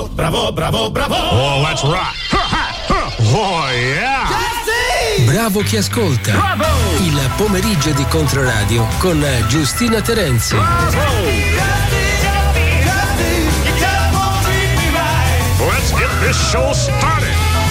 Bravo, bravo, bravo, bravo. Oh, let's rock. Oh, yeah. Bravo chi ascolta. Bravo. Il pomeriggio di Controradio con Giustina Terenzi. Let's get this show started.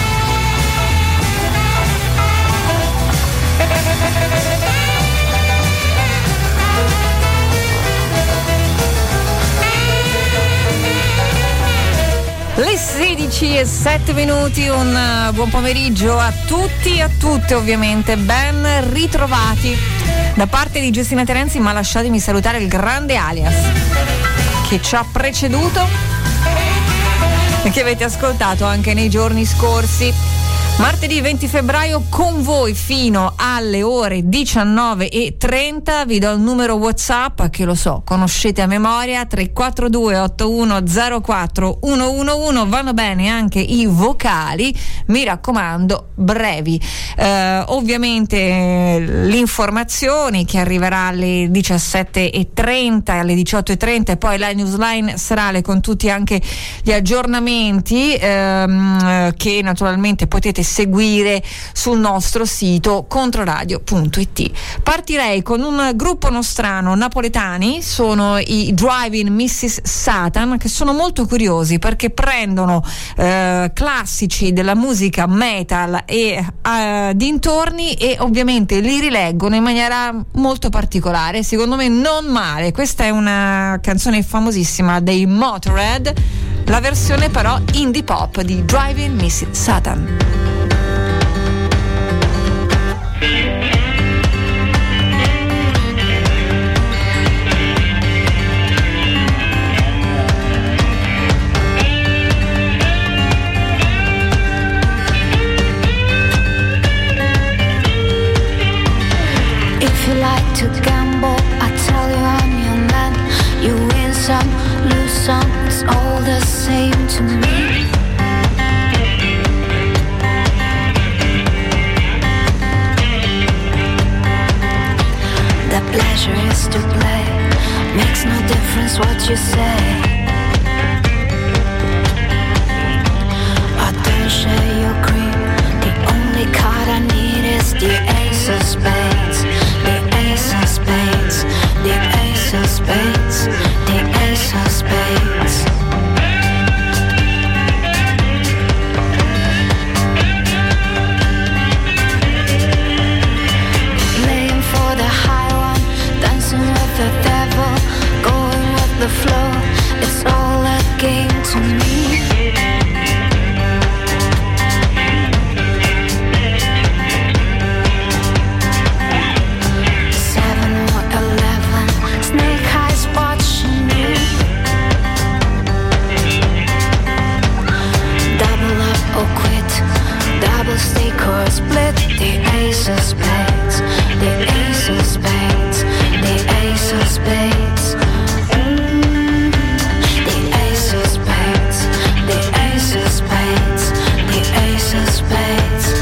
Le 16:07, un buon pomeriggio a tutti e a tutte, ovviamente ben ritrovati da parte di Giustina Terenzi, ma lasciatemi salutare il grande Alias che ci ha preceduto e che avete ascoltato anche nei giorni scorsi. Martedì 20 febbraio con voi fino alle ore 19:30. Vi do il numero WhatsApp che lo so, conoscete a memoria, 342 8104 111. Vanno bene anche i vocali, mi raccomando, brevi. Ovviamente le informazioni che arriverà alle 17:30, alle 18:30 e poi la newsline serale con tutti anche gli aggiornamenti che naturalmente potete seguire sul nostro sito controradio.it. Partirei con un gruppo nostrano napoletani, sono i Driving Mrs. Satan, che sono molto curiosi perché prendono classici della musica metal e dintorni e ovviamente li rileggono in maniera molto particolare, secondo me non male. Questa è una canzone famosissima dei Motorhead, la versione però indie pop di Driving Mrs. Satan. If you like to gamble, I tell you I'm your man. You win some, lose some, it's all the same to me. The pleasure is to play, makes no difference what you say. I don't share your cream, the only card I need is the ace of spades. The ace of spades, the ace of spades, the ace of spades. Playing for the high one, dancing with the devil, going with the flow, it's all a game to me. Or quit, double stake or split. The ace of spades, the ace of spades, the ace of spades. The ace of spades, the ace of spades, the ace of spades.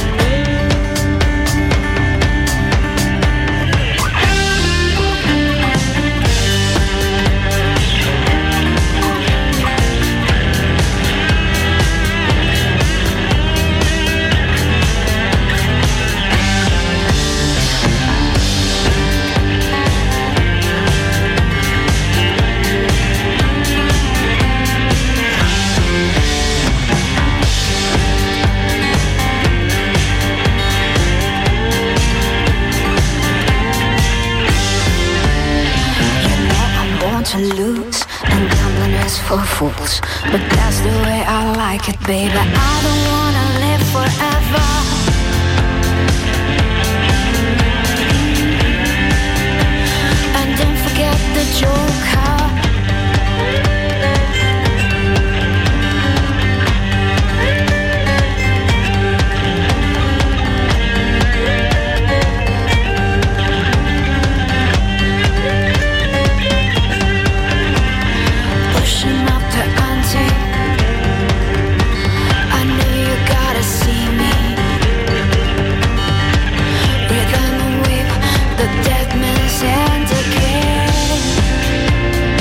To lose, and gambling is for fools, but that's the way I like it, baby. I don't wanna live forever. And don't forget the Joker. The dead man's hand again.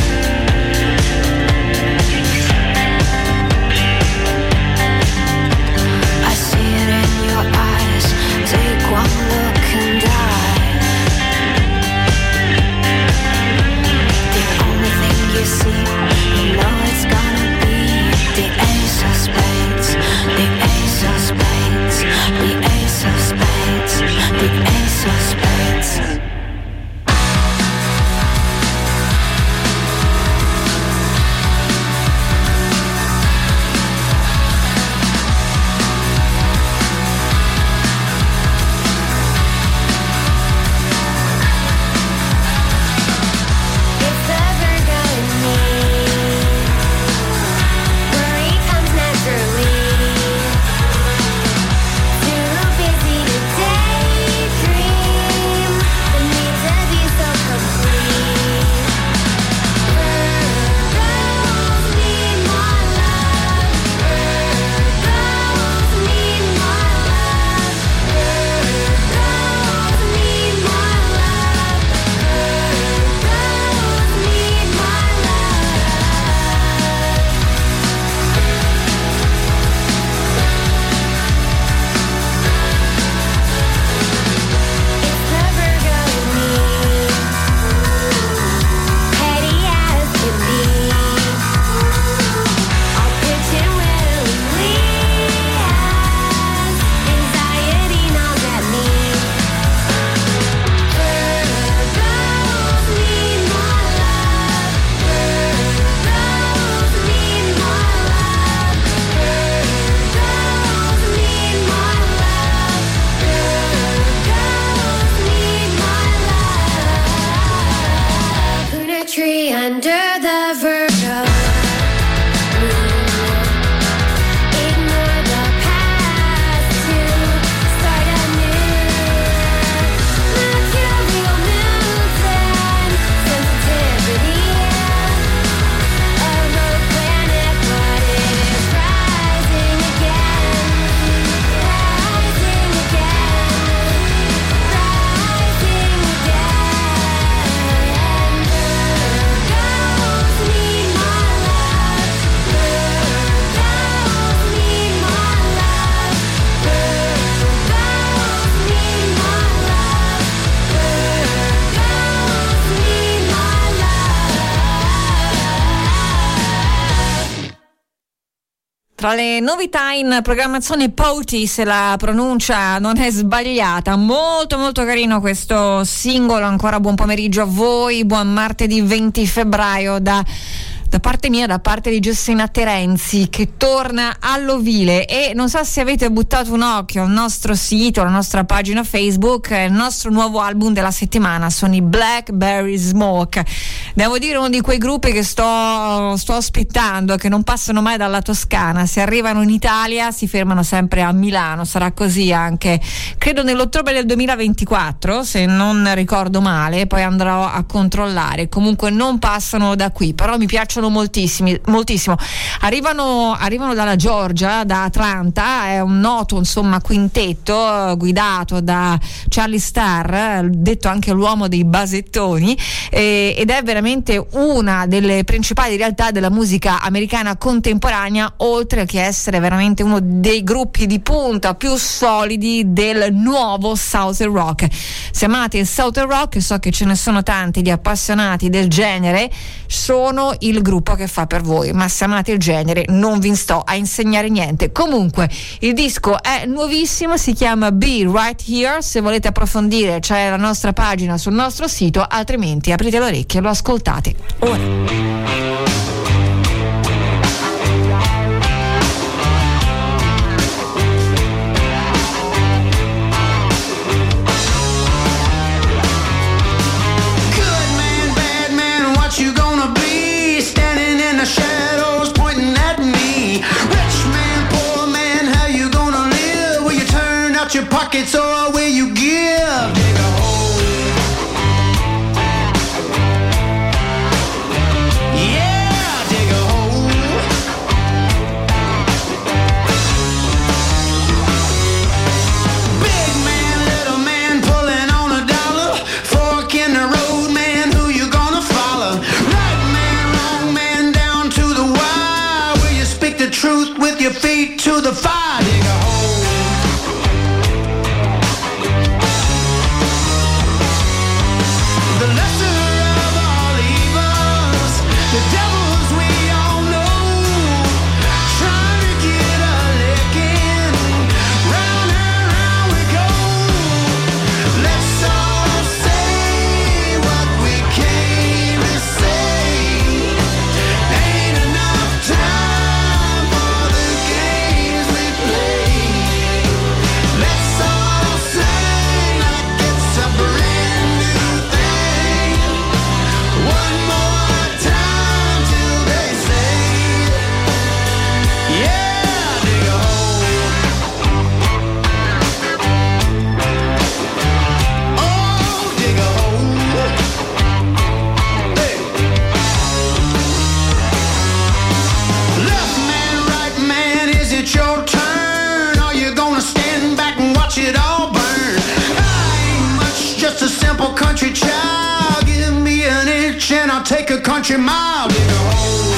Tra le novità in programmazione Poughty, se la pronuncia non è sbagliata, molto molto carino questo singolo. Ancora buon pomeriggio a voi, buon martedì 20 febbraio da parte mia, da parte di Giustina Terenzi, che torna all'ovile. E non so se avete buttato un occhio al nostro sito, alla nostra pagina Facebook, il nostro nuovo album della settimana sono i Blackberry Smoke. Devo dire, uno di quei gruppi che sto aspettando, che non passano mai dalla Toscana. Se arrivano in Italia si fermano sempre a Milano, sarà così anche credo nell'ottobre del 2024, se non ricordo male, poi andrò a controllare. Comunque non passano da qui, però mi piacciono moltissimo. Arrivano dalla Georgia, da Atlanta. È un noto quintetto guidato da Charlie Starr, detto anche l'uomo dei basettoni, ed è veramente una delle principali realtà della musica americana contemporanea, oltre che essere veramente uno dei gruppi di punta più solidi del nuovo Southern Rock. Se amate il Southern Rock, so che ce ne sono tanti di appassionati del genere, sono il gruppo che fa per voi, ma se amate il genere non vi sto a insegnare niente. Comunque il disco è nuovissimo, si chiama Be Right Here. Se volete approfondire c'è la nostra pagina sul nostro sito, altrimenti aprite le orecchie e lo ascoltate ora. Shadows pointing at me. Rich man, poor man, how you gonna live? Will you turn out your pockets or will you give? Dig a hole. Yeah, dig a hole. Big man, little man, pulling on a dollar. Fork in the road, man, who you gonna follow? The truth with your feet to the fire. Dig a hole. The lesser of all evils, the devils we all know, trying to get a licking. Round and round we go. Let's all say what we came to say. Ain't enough time. Your turn, or you gonna stand back and watch it all burn? I ain't much, just a simple country child. Give me an inch and I'll take a country mile. Dig a hole.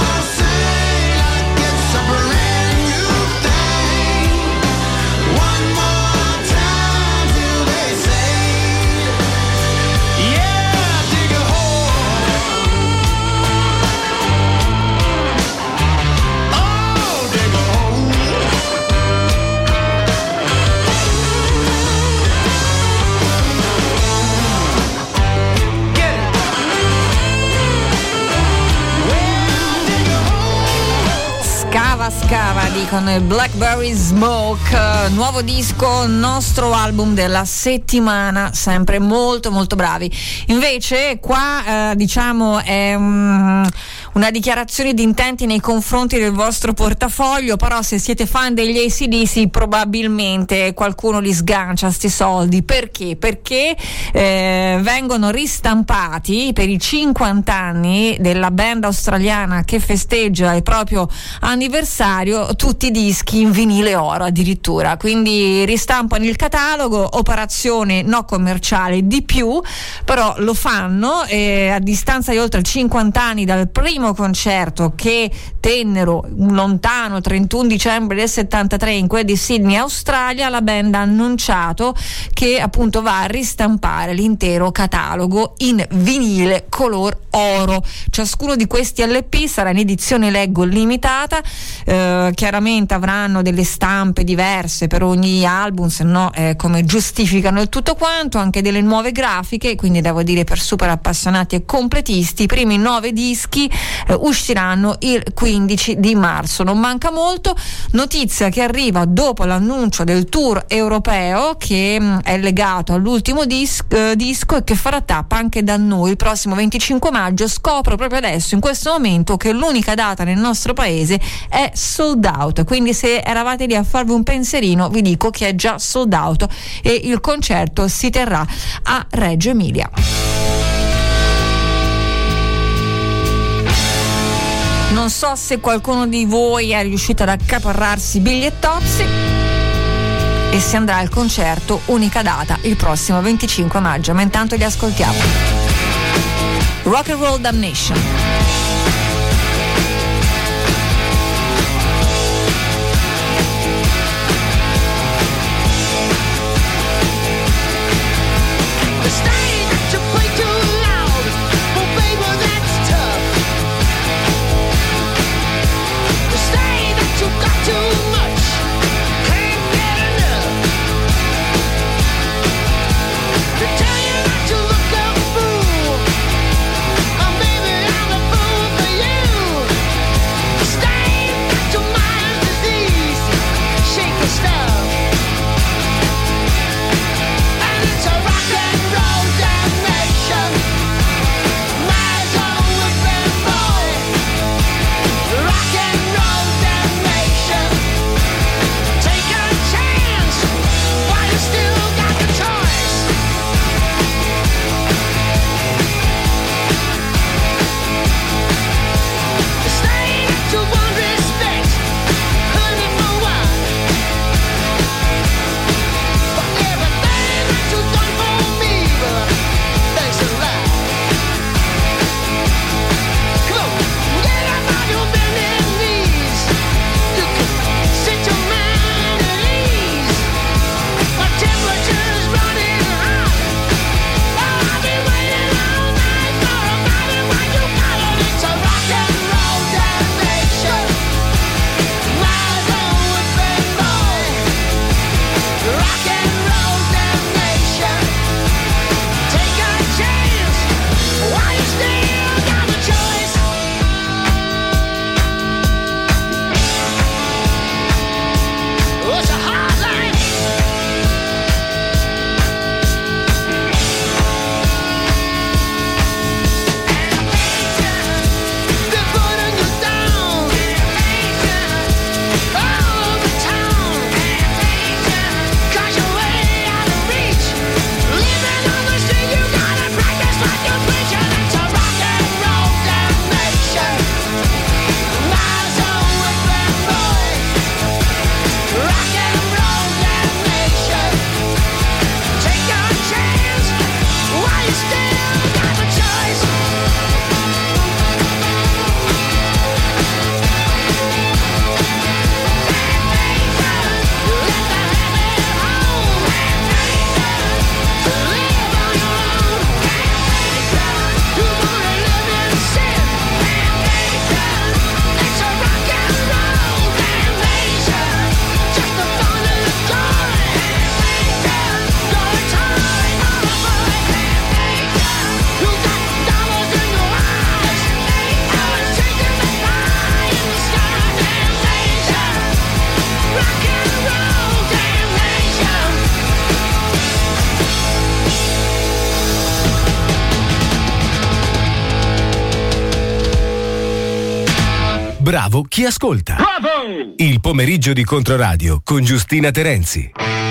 One con il Blackberry Smoke, nuovo disco, nostro album della settimana, sempre molto molto bravi. Invece qua diciamo è una dichiarazione di intenti nei confronti del vostro portafoglio, però se siete fan degli AC/DC probabilmente qualcuno li sgancia sti soldi. Perché? Perché vengono ristampati per i 50 anni della band australiana che festeggia il proprio anniversario tutti i dischi in vinile oro addirittura, quindi ristampano il catalogo, operazione no commerciale di più, però lo fanno a distanza di oltre 50 anni dal primo concerto che tennero lontano 31 dicembre del 73 in quel di Sydney, Australia. La band ha annunciato che appunto va a ristampare l'intero catalogo in vinile color oro. Ciascuno di questi LP sarà in edizione Leggo limitata, chiaramente avranno delle stampe diverse per ogni album, se no come giustificano il tutto quanto, anche delle nuove grafiche, quindi devo dire per super appassionati e completisti. I primi 9 dischi usciranno il 15 di marzo, non manca molto. Notizia che arriva dopo l'annuncio del tour europeo che è legato all'ultimo disco e che farà tappa anche da noi il prossimo 25 maggio. Scopro proprio adesso in questo momento che l'unica data nel nostro paese è sold out, quindi se eravate lì a farvi un pensierino vi dico che è già sold out e il concerto si terrà a Reggio Emilia. Non so se qualcuno di voi è riuscito ad accaparrarsi bigliettozzi e si andrà al concerto, unica data il prossimo 25 maggio, ma intanto li ascoltiamo. Rock and Roll Damnation. Tell you not to look a fool. Baby, I'm a fool. Bravo chi ascolta. Bravo! Il pomeriggio di Controradio con Giustina Terenzi.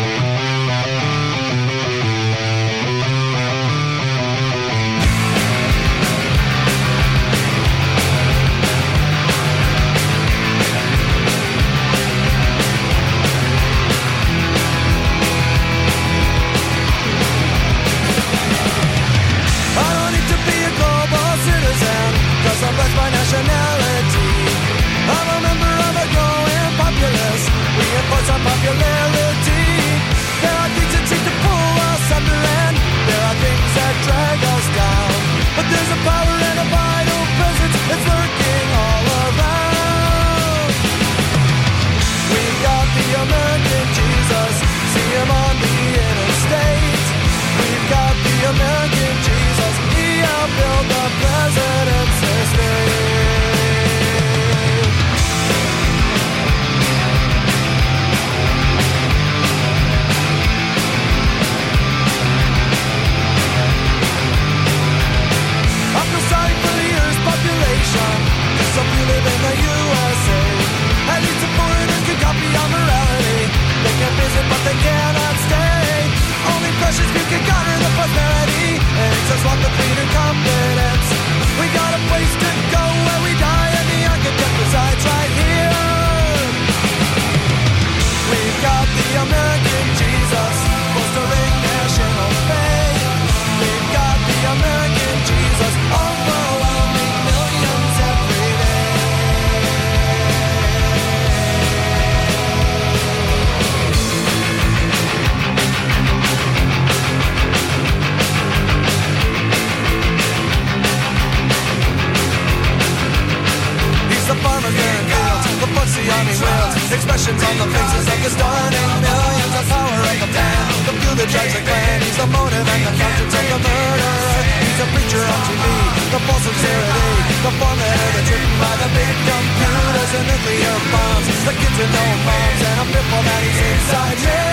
Expressions on the faces of the stunning millions. The power of the man, the fuel that drives the clan. He's the motive and the conscience of the murderer. He's a preacher on TV, the false sincerity, the formula that's written by the big computers and nuclear bombs. The kids with no moms and a pitbull that he's inside me.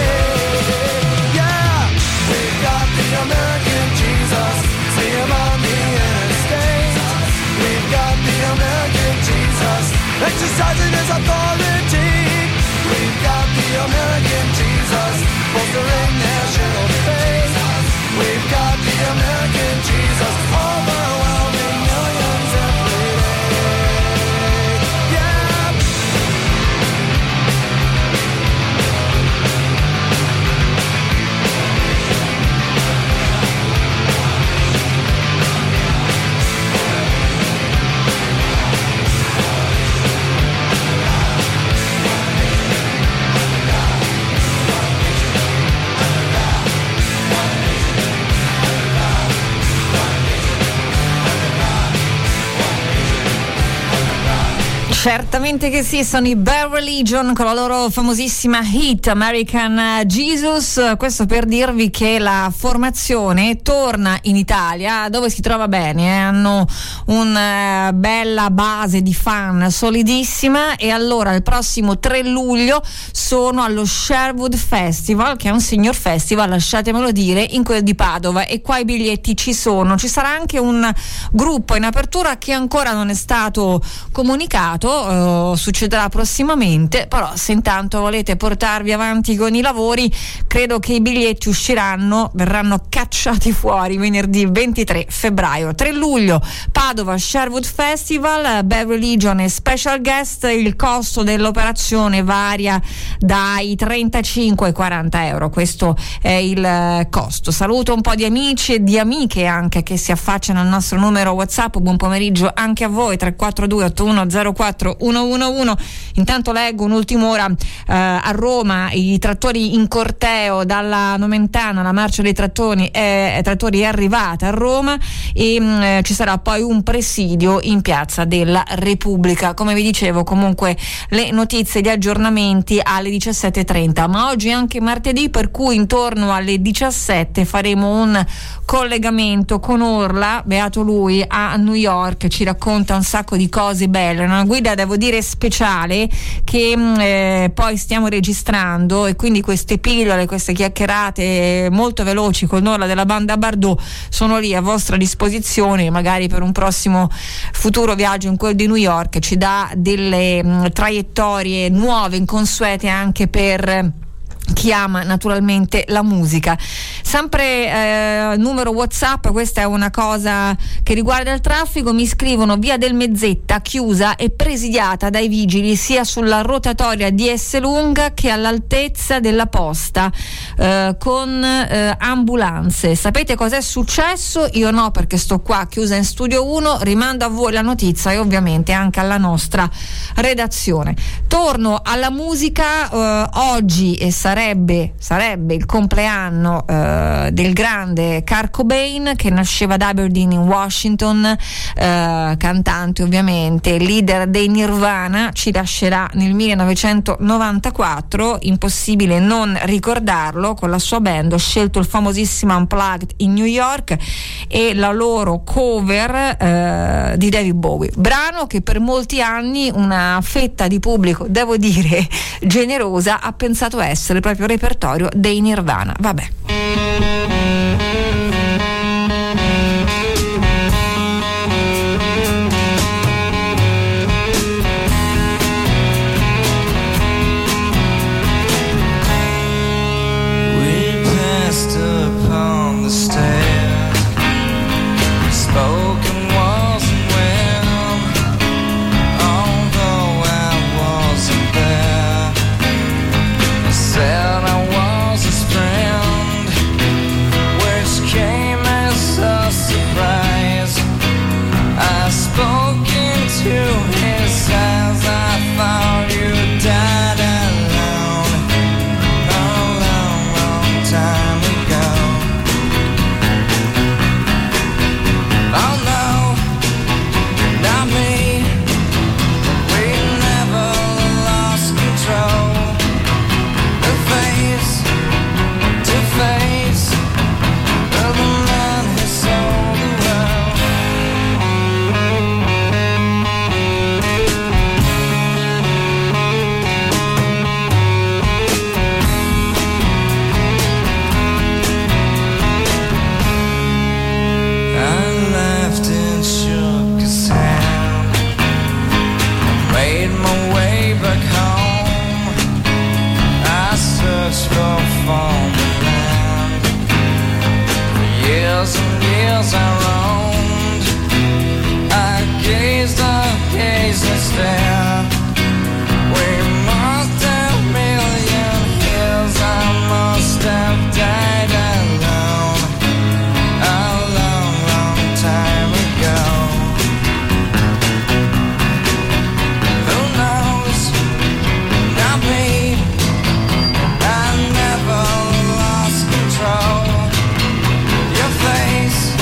Yeah, we've got the American Jesus. See him on the interstate. We've got the American Jesus, exercising his authority. We've got the American Jesus, bolstering national faith. We've got the American Jesus, overwhelming millions every day. Yeah. Certamente che sì, sono i Bad Religion con la loro famosissima hit American Jesus. Questo per dirvi che la formazione torna in Italia, dove si trova bene, hanno una bella base di fan solidissima, e allora il prossimo 3 luglio sono allo Sherwood Festival, che è un signor festival, lasciatemelo dire, in quello di Padova, e qua i biglietti ci sono. Ci sarà anche un gruppo in apertura che ancora non è stato comunicato, succederà prossimamente, però se intanto volete portarvi avanti con i lavori, credo che i biglietti verranno cacciati fuori venerdì 23 febbraio. 3 luglio Padova Sherwood Festival, Bad Religion e special guest. Il costo dell'operazione varia dai 35 ai 40 euro, questo è il costo. Saluto un po' di amici e di amiche anche che si affacciano al nostro numero WhatsApp. Buon pomeriggio anche a voi, 342 8104 111. Intanto leggo un'ultima ora, a Roma i trattori in corteo dalla Nomentana, la marcia dei trattori è arrivata a Roma, e ci sarà poi un presidio in Piazza della Repubblica. Come vi dicevo, comunque le notizie, gli aggiornamenti alle 17:30, ma oggi è anche martedì, per cui intorno alle 17 faremo un collegamento con Orla, beato lui, a New York. Ci racconta un sacco di cose belle, una guida regia, devo dire speciale, che poi stiamo registrando, e quindi queste pillole, queste chiacchierate molto veloci con Nola della banda Bardot sono lì a vostra disposizione, magari per un prossimo futuro viaggio in quel di New York ci dà delle traiettorie nuove, inconsuete anche per chi ama naturalmente la musica. Sempre numero WhatsApp, questa è una cosa che riguarda il traffico, mi scrivono: via del Mezzetta chiusa e presidiata dai vigili sia sulla rotatoria di Esselunga che all'altezza della posta, con ambulanze. Sapete cos'è successo? Io no, perché sto qua chiusa in studio 1, rimando a voi la notizia e ovviamente anche alla nostra redazione. Torno alla musica, oggi e sarebbe il compleanno del grande Kurt Cobain, che nasceva ad Aberdeen in Washington, cantante ovviamente, leader dei Nirvana, ci lascerà nel 1994, impossibile non ricordarlo. Con la sua band ho scelto il famosissimo Unplugged in New York e la loro cover di David Bowie, brano che per molti anni una fetta di pubblico, devo dire generosa, ha pensato essere proprio repertorio dei Nirvana. Vabbè. Your face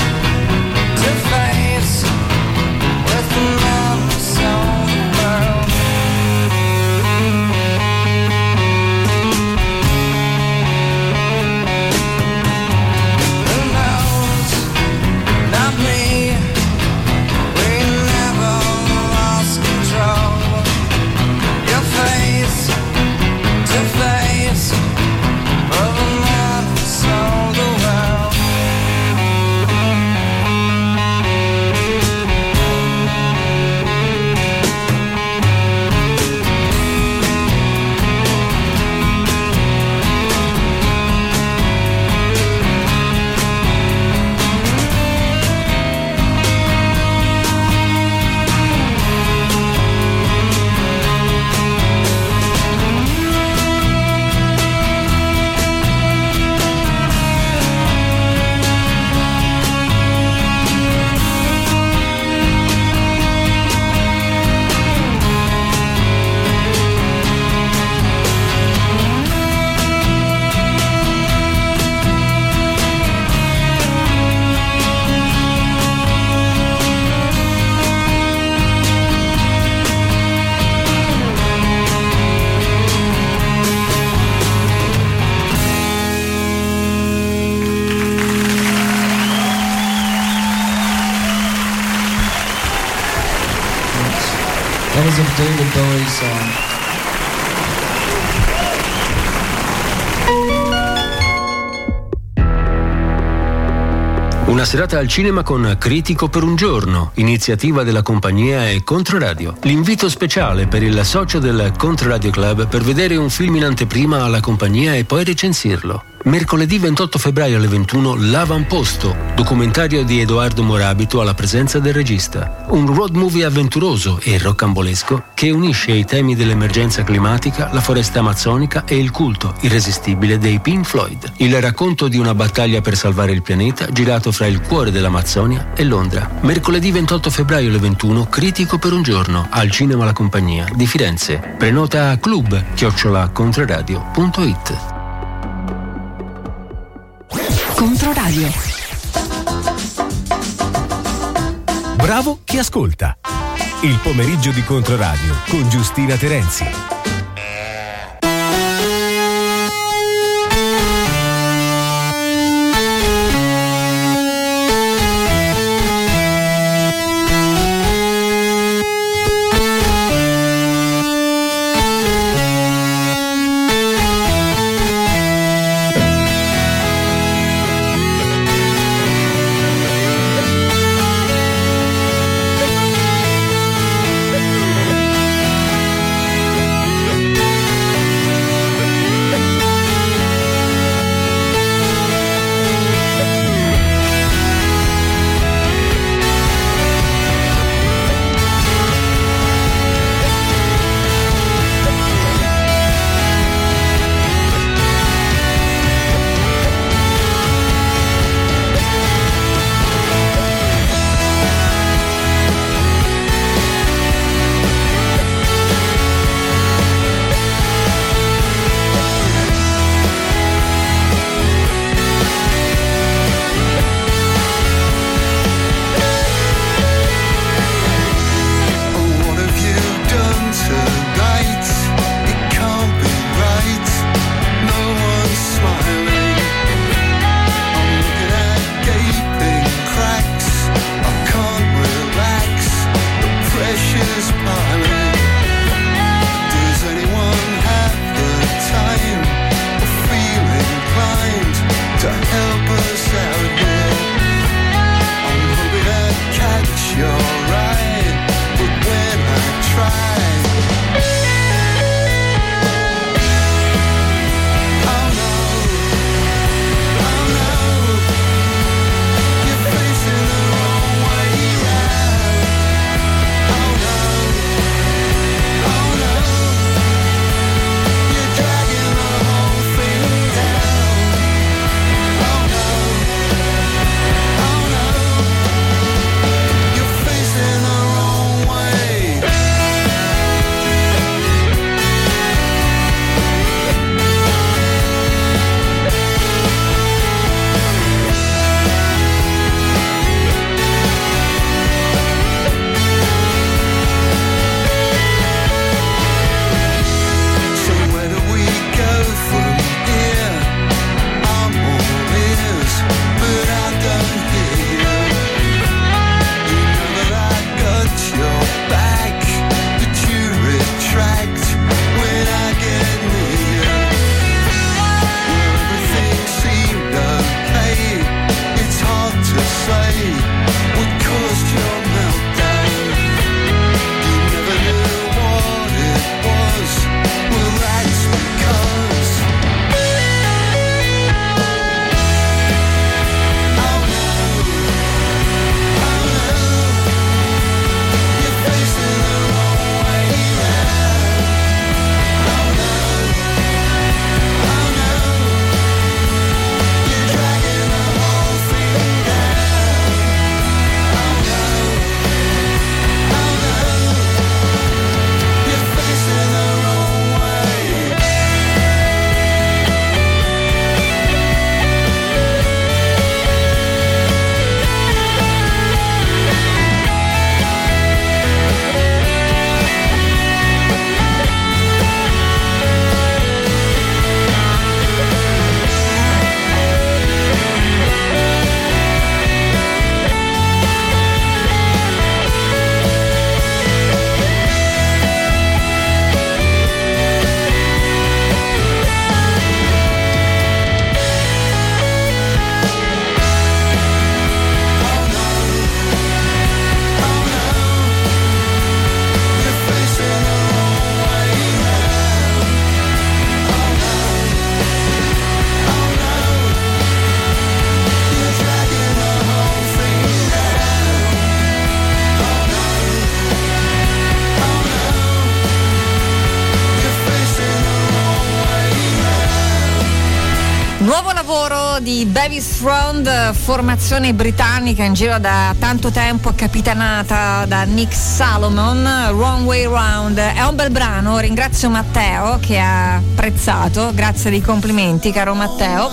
because of David Bowie's song. Una serata al cinema con Critico per un giorno, iniziativa della compagnia e Controradio. L'invito speciale per il socio del Controradio Club per vedere un film in anteprima alla compagnia e poi recensirlo. Mercoledì 28 febbraio alle 21 L'Avamposto, documentario di Edoardo Morabito alla presenza del regista. Un road movie avventuroso e roccambolesco che unisce i temi dell'emergenza climatica, la foresta amazzonica e il culto irresistibile dei Pink Floyd. Il racconto di una battaglia per salvare il pianeta girato fra il cuore dell'Amazzonia e Londra. Mercoledì 28 febbraio alle 21 Critico per un giorno al Cinema La Compagnia di Firenze. Prenota a club@controradio.it. Controradio. Bravo chi ascolta. Il pomeriggio di Controradio con Giustina Terenzi. Nuovo lavoro di Bevis Frond, formazione britannica in giro da tanto tempo, capitanata da Nick Salomon. Wrong Way Round è un bel brano, ringrazio Matteo che ha apprezzato, grazie dei complimenti caro Matteo.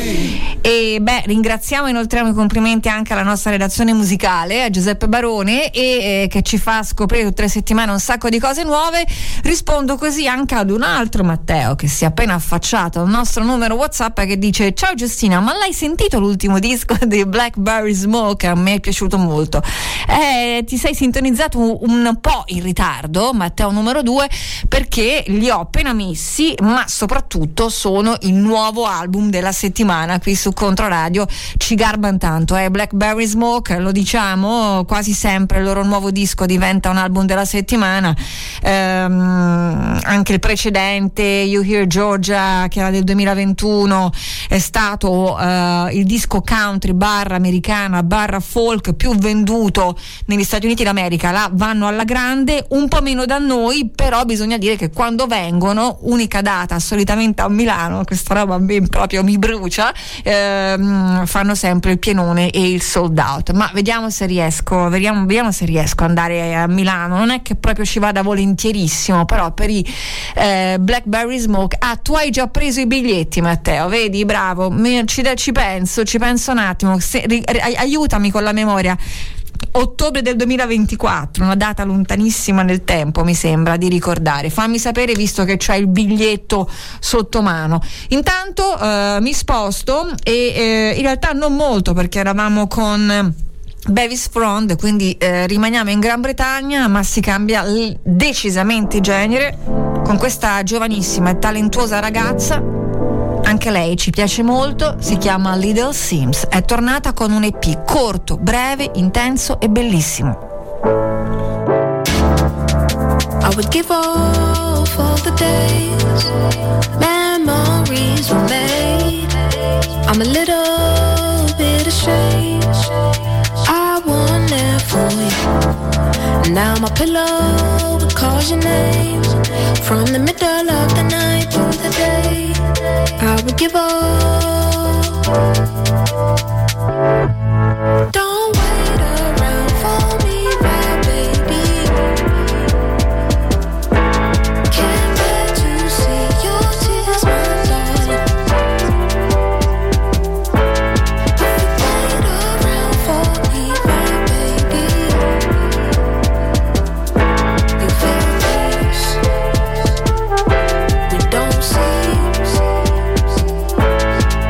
E ringraziamo e inoltriamo i complimenti anche alla nostra redazione musicale, a Giuseppe Barone, e che ci fa scoprire tutte le settimane un sacco di cose nuove. Rispondo così anche ad un altro Matteo che si è appena affacciato al nostro numero WhatsApp, che dice: ciao Giustina, ma l'hai sentito l'ultimo disco di Blackberry Smoke? A me è piaciuto molto. Ti sei sintonizzato un po' in ritardo, Matteo numero 2, perché li ho appena messi, ma soprattutto sono il nuovo album della settimana qui su Controradio. Ci garbano tanto, Blackberry Smoke, lo diciamo quasi sempre, il loro nuovo disco diventa un album della settimana. Anche il precedente, You Hear Georgia, che era del 2021, è stato il disco country barra americana barra folk più venduto negli Stati Uniti d'America. Là vanno alla grande, un po' meno da noi, però bisogna dire che quando vengono, unica data solitamente a Milano, questa roba ben proprio mi brucia, fanno sempre il pienone e il sold out. Ma vediamo se riesco vediamo se riesco ad andare a Milano. Non è che proprio ci vada volentierissimo, però per i Blackberry Smoke. Tu hai già preso i biglietti, Matteo, vedi, bravo, ci penso un attimo, aiutami con la memoria. Ottobre del 2024, una data lontanissima nel tempo, mi sembra di ricordare. Fammi sapere, visto che c'hai il biglietto sotto mano. Intanto mi sposto e in realtà non molto, perché eravamo con Bevis Frond, quindi rimaniamo in Gran Bretagna, ma si cambia decisamente genere con questa giovanissima e talentuosa ragazza. Anche lei ci piace molto, si chiama Little Sims, è tornata con un EP corto, breve, intenso e bellissimo. I would give all the days memories were made. I'm a little bit ashamed, I won there for you. And now my pillow will call your name from the middle of the night to the day. I would give all. Don't wait around for me, my baby. Can't bear to see your tears, my darling. If you wait around for me, my baby, you feel this. We don't see.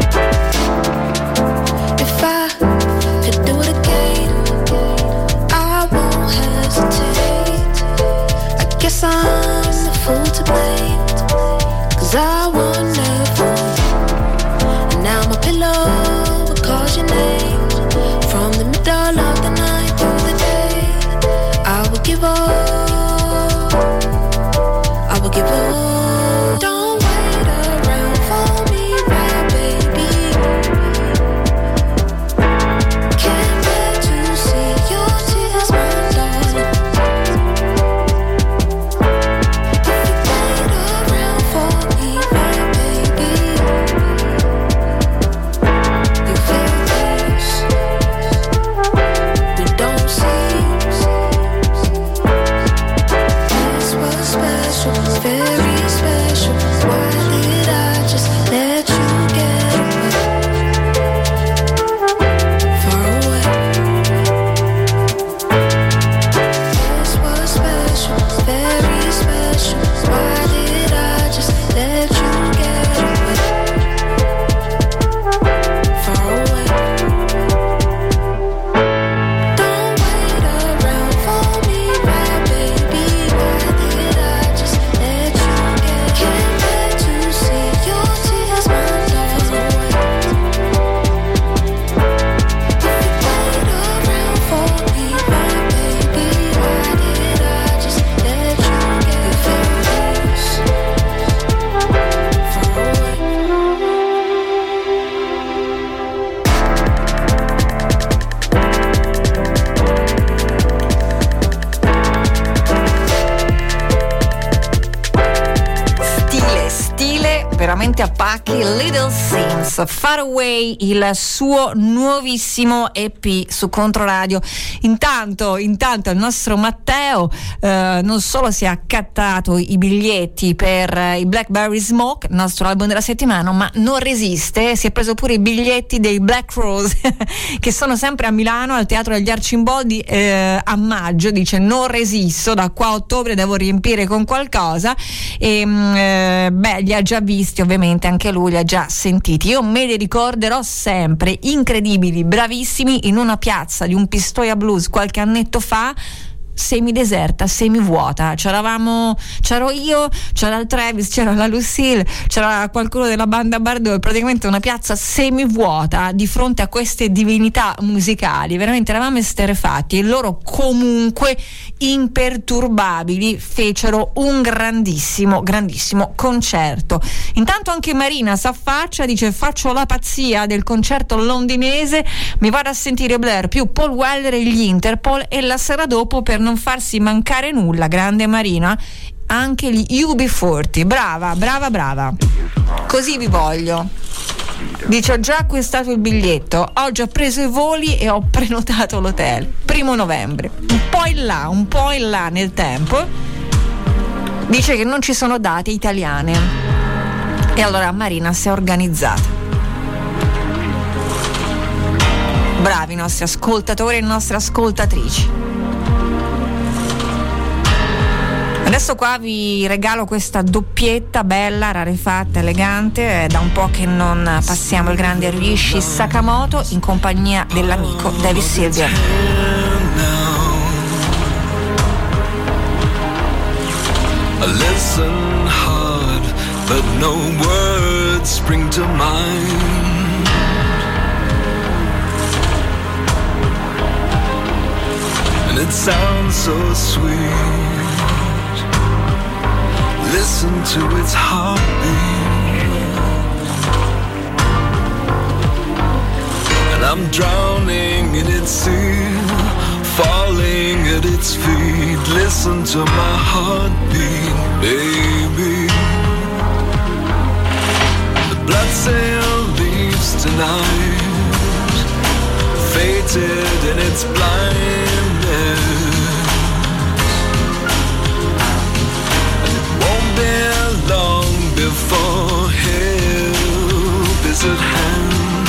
Williams, Far Away, il suo nuovissimo EP su Controradio. Intanto il nostro Matteo non solo si è accattato i biglietti per i Blackberry Smoke, il nostro album della settimana, ma non resiste, si è preso pure i biglietti dei Black Rose che sono sempre a Milano al Teatro degli Arcimboldi a maggio. Dice: non resisto, da qua a ottobre devo riempire con qualcosa. E li ha già visti, ovviamente anche lui li ha già sentiti. Io me li ricorderò sempre, incredibili, bravissimi, in una piazza di un Pistoia Blues qualche annetto fa, semideserta, semivuota. C'ero io, c'era il Travis, c'era la Lucille, c'era qualcuno della banda Bardot, praticamente una piazza semivuota di fronte a queste divinità musicali. Veramente eravamo esterrefatti e loro comunque imperturbabili fecero un grandissimo concerto. Intanto anche Marina s'affaccia, dice: faccio la pazzia del concerto londinese, mi vado a sentire Blair più Paul Weller e gli Interpol, e la sera dopo, per non farsi mancare nulla, grande Marina, anche gli UB40. Brava, così vi voglio. Dice: ho già acquistato il biglietto, ho già preso i voli e ho prenotato l'hotel, 1 novembre, un po' in là nel tempo. Dice che non ci sono date italiane, e allora Marina si è organizzata. Bravi i nostri ascoltatori e le nostre ascoltatrici. Adesso qua vi regalo questa doppietta bella, rarefatta, elegante. È da un po' che non passiamo il grande Ryuichi Sakamoto in compagnia dell'amico David Sylvian. Listen hard, but no words spring to mind. And it sounds so sweet. Listen to its heartbeat, and I'm drowning in its sea, falling at its feet. Listen to my heartbeat, baby. The blood sail leaves tonight, fated in its blindness. Long before help is at hand.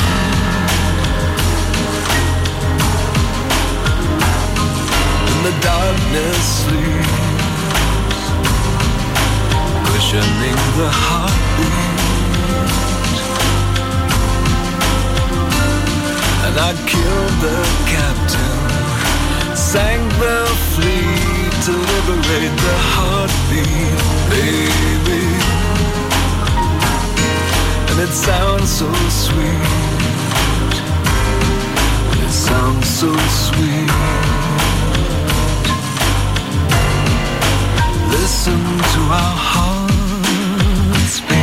And the darkness sleeps, cushioning the heartbeat. And I killed the captain, sank the fleet to liberate the heartbeat, baby. And it sounds so sweet, it sounds so sweet. Listen to our hearts beat.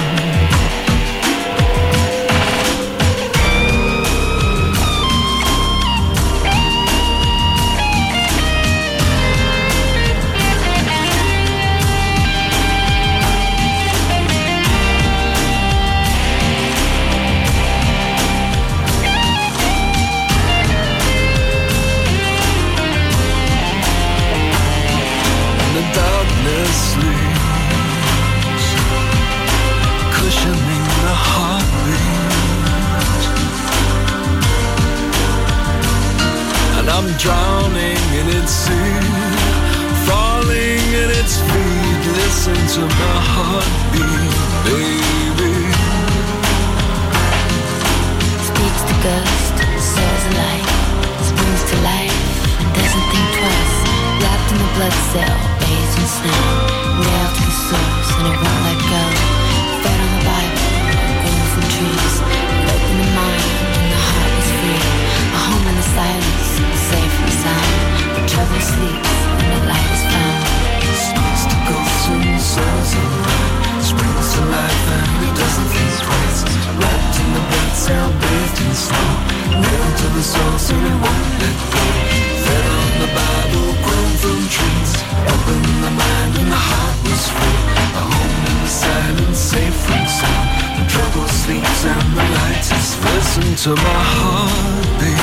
I'm drowning in its sea, falling at its feet. Listen to my heartbeat, baby. Speaks the ghost, soars alight, springs to life, and doesn't think twice. Wrapped in the blood cell, bathed in snow, nailed to the source, and it won't let go. Fed on the Bible, grown from trees, open the mind, and the heart is free. A home in the silence, safe from sound. The trouble sleeps, and the light is found. Speaks to ghosts and soars alight, springs to life, and it doesn't think twice. Wrapped in the blood cell, bathed in snow, nailed to the source, and it won't let go. Fed on the Bible, grown from trees, open the mind and the heart. Listen to my heartbeat.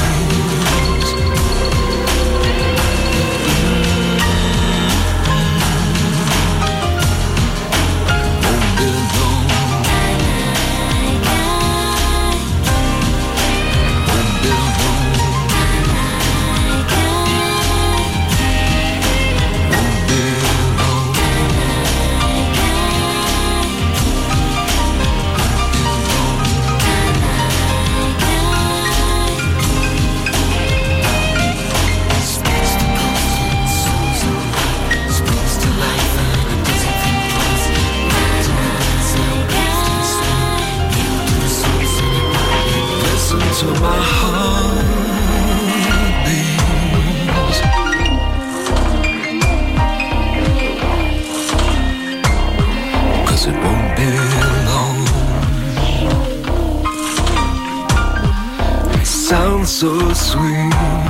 To my heartbeats, 'cause it won't be long. It sounds so sweet.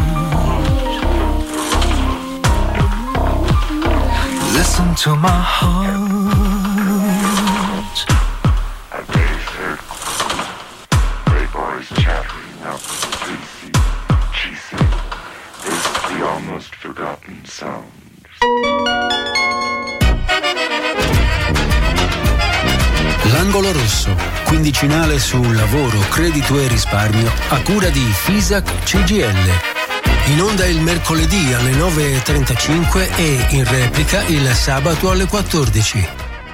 Listen to my heart. L'angolo rosso, quindicinale su lavoro, credito e risparmio a cura di FISAC CGIL. In onda il mercoledì alle 9.35 e in replica il sabato alle 14.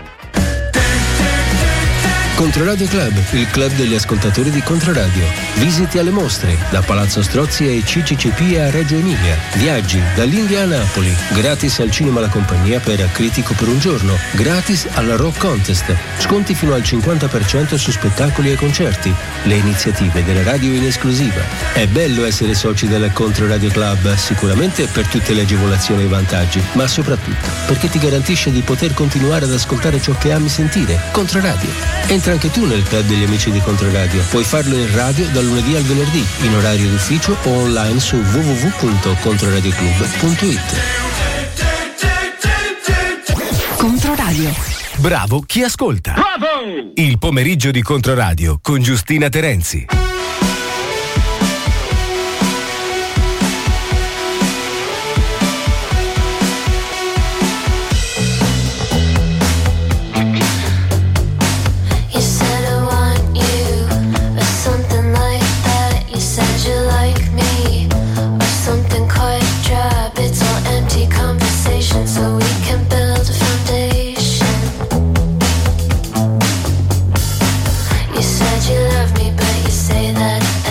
Controradio Club, il club degli ascoltatori di Controradio. Visiti alle mostre, da Palazzo Strozzi ai CCCP a Reggio Emilia. Viaggi dall'India a Napoli. Gratis al cinema La Compagnia per Critico per un giorno. Gratis alla Rock Contest. Sconti fino al 50% su spettacoli e concerti. Le iniziative della radio in esclusiva. È bello essere soci del Controradio Club, sicuramente per tutte le agevolazioni e i vantaggi, ma soprattutto perché ti garantisce di poter continuare ad ascoltare ciò che ami sentire. Controradio. Entra anche tu nel club degli amici di Controradio. Puoi farlo in radio dal lunedì al venerdì, in orario d'ufficio o online su www.controradioclub.it. Controradio. Bravo chi ascolta. Bravo! Il pomeriggio di Controradio con Giustina Terenzi. So we can build a foundation. You said you love me, but you say that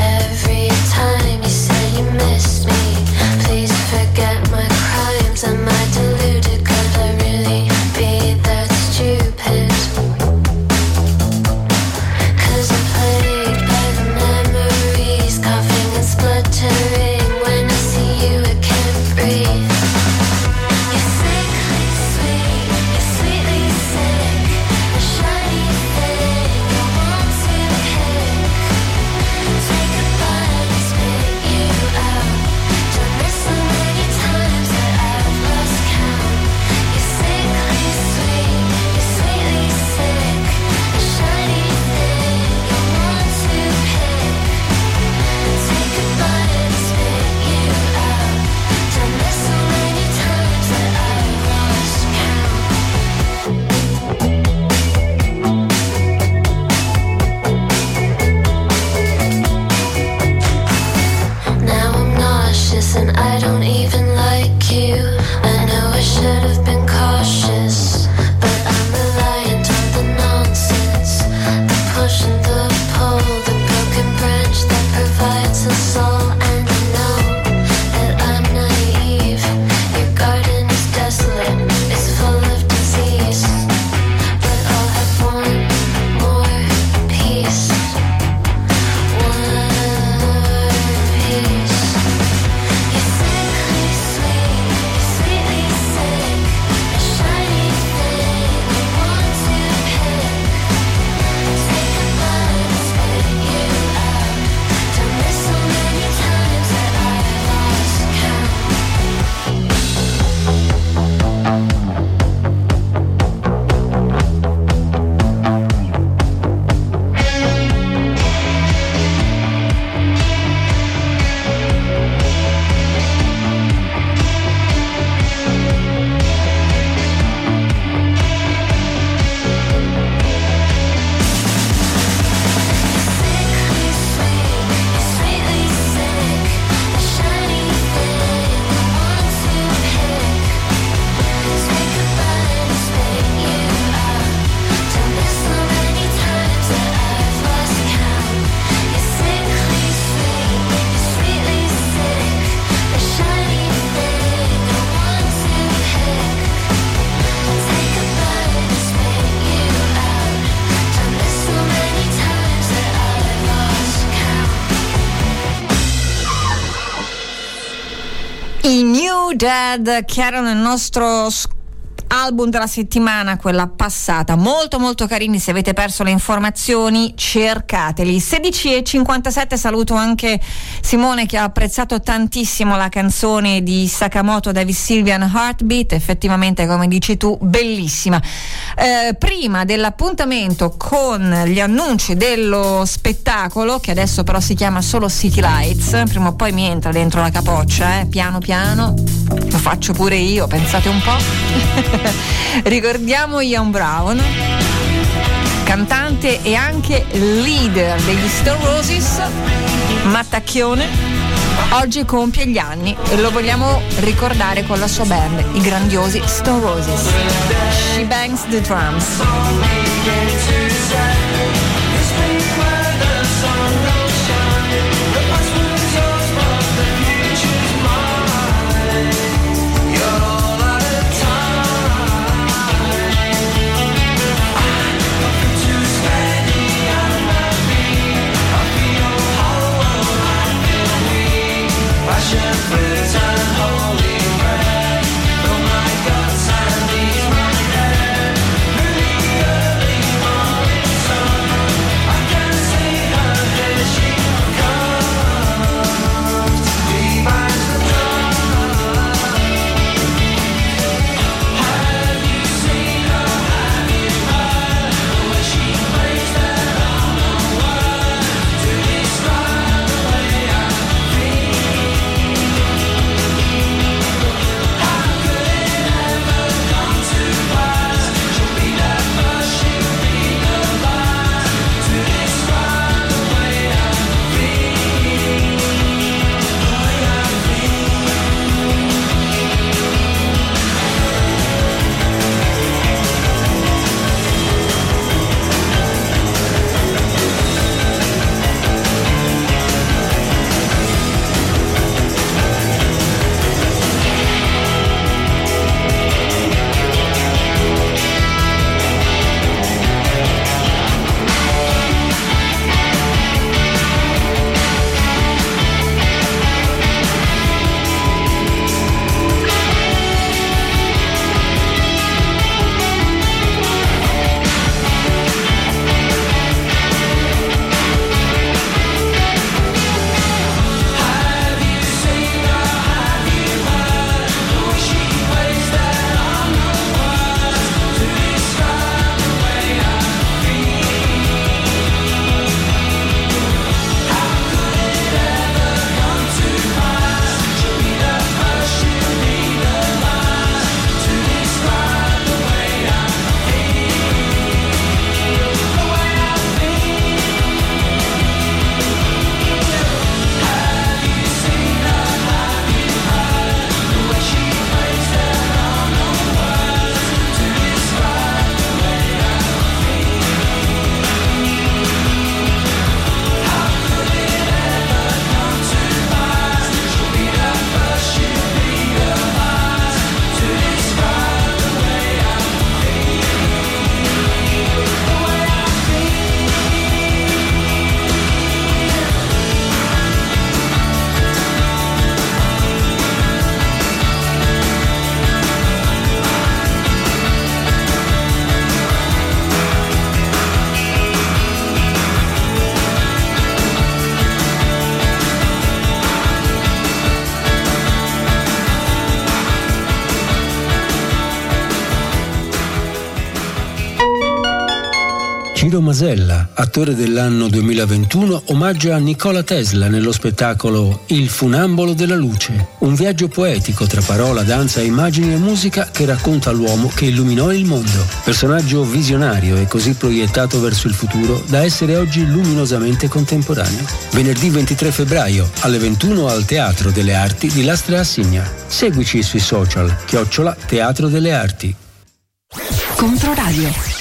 New Dead, che erano il nostro album della settimana, quella passata, molto molto carini. Se avete perso le informazioni, cercateli. 16:57. Saluto anche Simone, che ha apprezzato tantissimo la canzone di Sakamoto, Davis Sylvian, Heartbeat. Effettivamente, come dici tu, bellissima. Prima dell'appuntamento con gli annunci dello spettacolo, che adesso però si chiama solo City Lights, prima o poi mi entra dentro la capoccia, piano piano, lo faccio pure io, pensate un po'. Ricordiamo Ian Brown, cantante e anche leader degli Stone Roses, mattacchione, oggi compie gli anni e lo vogliamo ricordare con la sua band, i grandiosi Stone Roses. She bangs the drums. Ciro Masella, attore dell'anno 2021, omaggia Nikola Tesla nello spettacolo Il funambolo della luce, un viaggio poetico tra parola, danza, immagini e musica che racconta l'uomo che illuminò il mondo. Personaggio visionario e così proiettato verso il futuro da essere oggi luminosamente contemporaneo. Venerdì 23 febbraio alle 21 al Teatro delle Arti di Lastra a Signa. Seguici sui social, @Teatro delle Arti. Controradio.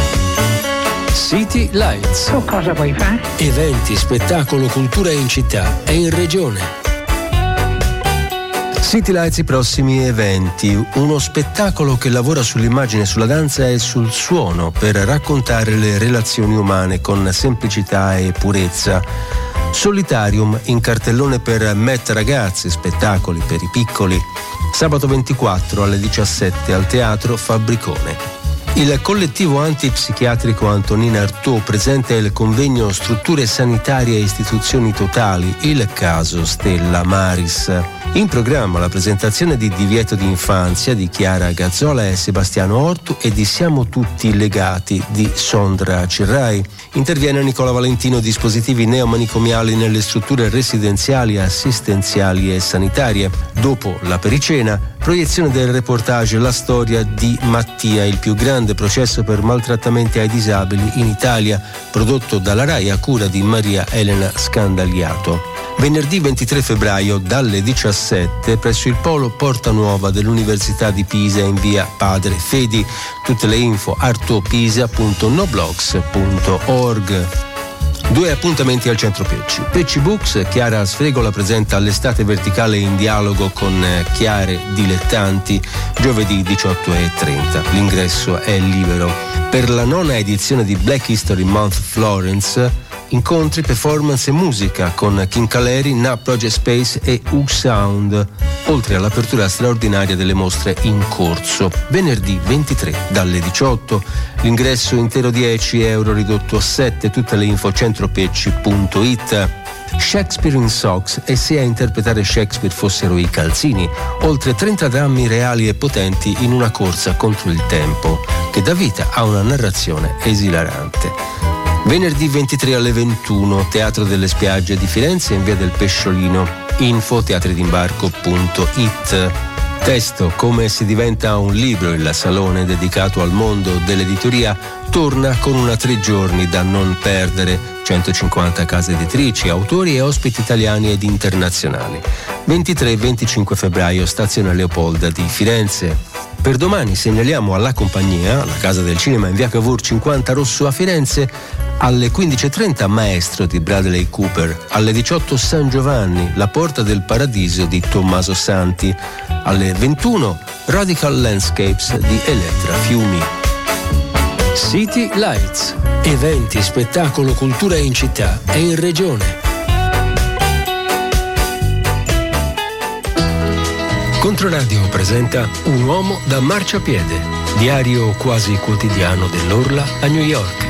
City Lights. Cosa vuoi fare? Eventi, spettacolo, cultura in città e in regione. City Lights, i prossimi eventi, uno spettacolo che lavora sull'immagine, sulla danza e sul suono per raccontare le relazioni umane con semplicità e purezza. Solitarium in cartellone per Met Ragazzi, spettacoli per i piccoli. Sabato 24 alle 17 al Teatro Fabbricone. Il collettivo antipsichiatrico Antonina Artaud presenta il convegno Strutture sanitarie e istituzioni totali, il caso Stella Maris. In programma la presentazione di Divieto di infanzia di Chiara Gazzola e Sebastiano Ortu e di Siamo tutti legati di Sondra Cerrai. Interviene Nicola Valentino, dispositivi neomanicomiali nelle strutture residenziali, assistenziali e sanitarie. Dopo la pericena, proiezione del reportage La storia di Mattia, il più grande processo per maltrattamenti ai disabili in Italia, prodotto dalla Rai a cura di Maria Elena Scandagliato. Venerdì 23 febbraio dalle 17 presso il Polo Porta Nuova dell'Università di Pisa in via Padre Fedi. Tutte le info artopisa.noblogs.org. 2 appuntamenti al Centro Pecci. Pecci Books, Chiara Sfregola presenta l'Estate Verticale in dialogo con chiare dilettanti, giovedì 18:30. L'ingresso è libero. Per la 9ª edizione di Black History Month Florence, incontri, performance e musica con King Caleri, Na Project Space e U-Sound, oltre all'apertura straordinaria delle mostre in corso. Venerdì 23 dalle 18, l'ingresso intero 10 euro ridotto a 7, tutte le info centropecci.it. Shakespeare in Socks e se a interpretare Shakespeare fossero i calzini, oltre 30 drammi reali e potenti in una corsa contro il tempo, che dà vita a una narrazione esilarante. Venerdì 23 alle 21, Teatro delle Spiagge di Firenze in via del Pesciolino, info teatridimbarco.it. Testo Come si diventa un libro, il salone dedicato al mondo dell'editoria torna con una 3 giorni da non perdere, 150 case editrici, autori e ospiti italiani ed internazionali. 23 e 25 febbraio, Stazione Leopolda di Firenze. Per domani segnaliamo alla Compagnia, la casa del cinema in via Cavour 50 Rosso a Firenze, alle 15:30 Maestro di Bradley Cooper, alle 18 San Giovanni, La Porta del Paradiso di Tommaso Santi, alle 21 Radical Landscapes di Elettra Fiumi. City Lights, eventi, spettacolo, cultura in città e in regione. Controradio presenta Un uomo da marciapiede, diario quasi quotidiano dell'Orla a New York.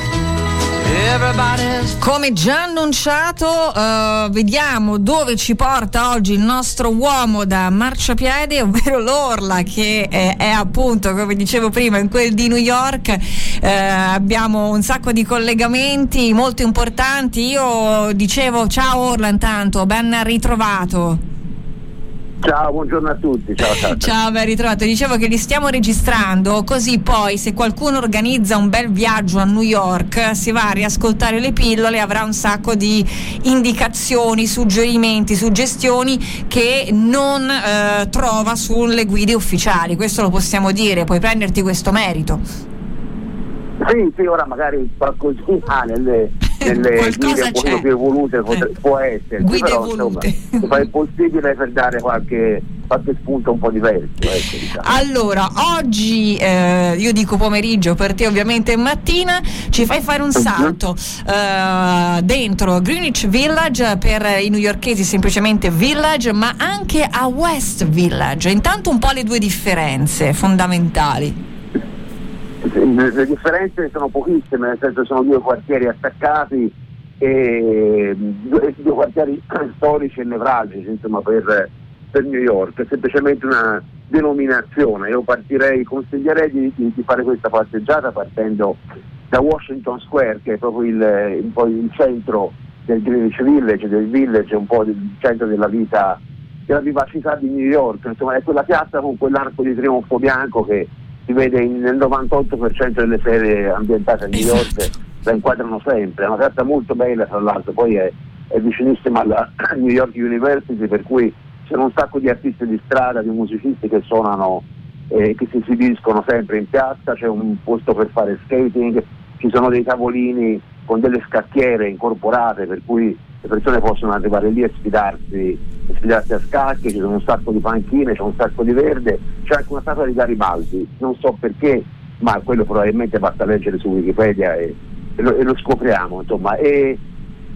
Come già annunciato, vediamo dove ci porta oggi il nostro uomo da marciapiede, ovvero l'Orla, che è appunto, come dicevo prima, in quel di New York. Abbiamo un sacco di collegamenti molto importanti. Io dicevo ciao Orla, intanto ben ritrovato. Ciao, buongiorno a tutti. Ciao, ben ritrovato. Dicevo che li stiamo registrando, così poi se qualcuno organizza un bel viaggio a New York si va a riascoltare le pillole, avrà un sacco di indicazioni, suggerimenti, suggestioni che non trova sulle guide ufficiali. Questo lo possiamo dire, puoi prenderti questo merito. Sì, ora magari qualcosina nelle guide un pochino più evolute può essere, guide però evolute. Insomma, fa il possibile per dare qualche spunto un po' diverso, ecco, diciamo. Allora, oggi io dico pomeriggio, per te ovviamente mattina, ci fai fare un salto dentro Greenwich Village, per i newyorkesi semplicemente Village, ma anche a West Village. Intanto un po' le due differenze fondamentali. Le differenze sono pochissime, nel senso sono 2 quartieri attaccati e 2 quartieri storici e nevralgici, insomma, per New York. È semplicemente una denominazione. Io consiglierei di fare questa passeggiata partendo da Washington Square, che è proprio un po' il centro del Greenwich Village, un po' il centro della vita, della vivacità di New York. Insomma, è quella piazza con quell'arco di trionfo bianco che si vede nel 98% delle serie ambientate a New York, la inquadrano sempre. È una piazza molto bella, tra l'altro, poi è vicinissima alla New York University, per cui c'è un sacco di artisti di strada, di musicisti che suonano, che si esibiscono sempre in piazza. C'è un posto per fare skating, ci sono dei tavolini con delle scacchiere incorporate, per cui le persone possono arrivare lì e sfidarsi a scacchi. Ci sono un sacco di panchine, c'è un sacco di verde, c'è anche una statua di Garibaldi, non so perché, ma quello probabilmente basta leggere su Wikipedia e lo scopriamo, insomma. E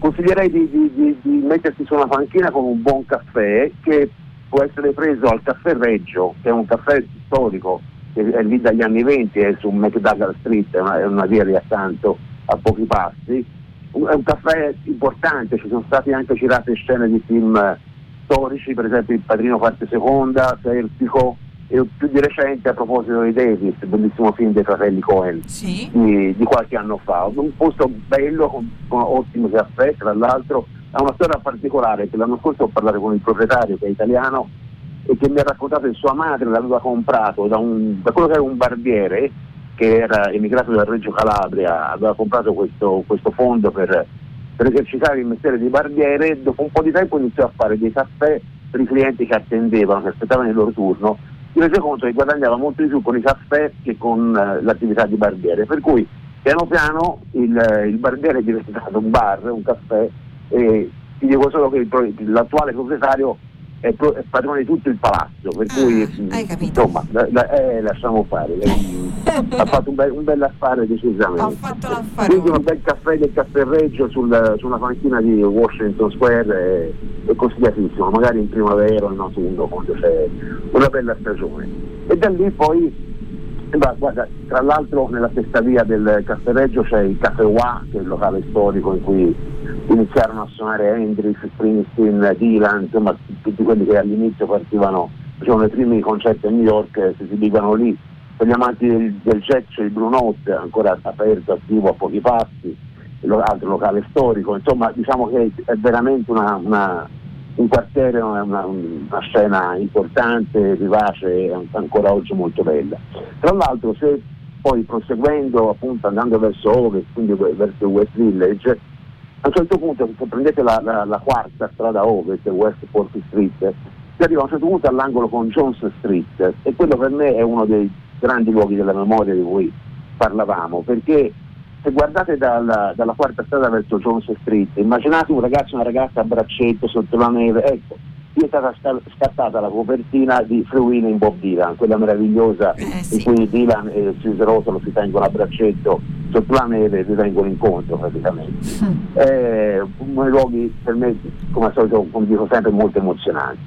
consiglierei di mettersi su una panchina con un buon caffè, che può essere preso al Caffè Reggio, che è un caffè storico, che è lì dagli anni 20, è su McDougall Street, è una via lì accanto, a pochi passi. È un caffè importante, ci sono stati anche girate scene di film storici, per esempio Il Padrino Parte Seconda, Serpico, e più di recente, a proposito di Davis, il bellissimo film dei fratelli Coen, sì, di qualche anno fa. Un posto bello, con ottimi caffè, tra l'altro. Ha una storia particolare, che l'anno scorso ho parlato con il proprietario, che è italiano, e che mi ha raccontato che sua madre l'aveva comprato da quello che era un barbiere che era emigrato da Reggio Calabria, aveva comprato questo fondo per esercitare il mestiere di barbiere. Dopo un po' di tempo iniziò a fare dei caffè per i clienti che attendevano, che aspettavano il loro turno. Si rese conto che guadagnava molto di più con i caffè che con l'attività di barbiere, per cui piano piano il barbiere è diventato un bar, un caffè, e ti dico solo che l'attuale proprietario è padrone di tutto il palazzo, per cui hai capito. Insomma lasciamo fare. Ha fatto un bel affare decisamente. Ha fatto l'affare. Quindi un bel caffè del Caffè Reggio su una panchina di Washington Square è consigliatissimo, magari in primavera o in autunno, quando c'è una bella stagione. E da lì poi, guarda, tra l'altro nella stessa via del Caffè Reggio c'è il Caffè Wah, che è il locale storico in cui iniziarono a suonare Hendrix, Springsteen, Dylan, insomma tutti quelli che all'inizio facevano i primi concerti a New York, si esibivano lì. Per gli amanti del jazz c'è il Blue Note, ancora aperto, attivo a pochi passi, altro locale storico. Insomma, diciamo che è veramente un quartiere, una scena importante, vivace, ancora oggi molto bella. Tra l'altro, se poi proseguendo, appunto andando verso ovest, quindi verso West Village, a un certo punto, se prendete la quarta strada ovest, West 4th Street, si arriva a un certo punto all'angolo con Jones Street, e quello per me è uno dei grandi luoghi della memoria di cui parlavamo, perché se guardate dalla quarta strada verso Jones Street, immaginate un ragazzo e una ragazza a braccetto sotto la neve. Ecco, qui è stata scattata la copertina di Free Willy in Bob Dylan, quella meravigliosa sì, in cui Dylan e Suze Rotolo si tengono a braccetto sotto la neve e si vengono incontro praticamente. Uno dei luoghi per me, come al solito, come dico sempre, molto emozionanti.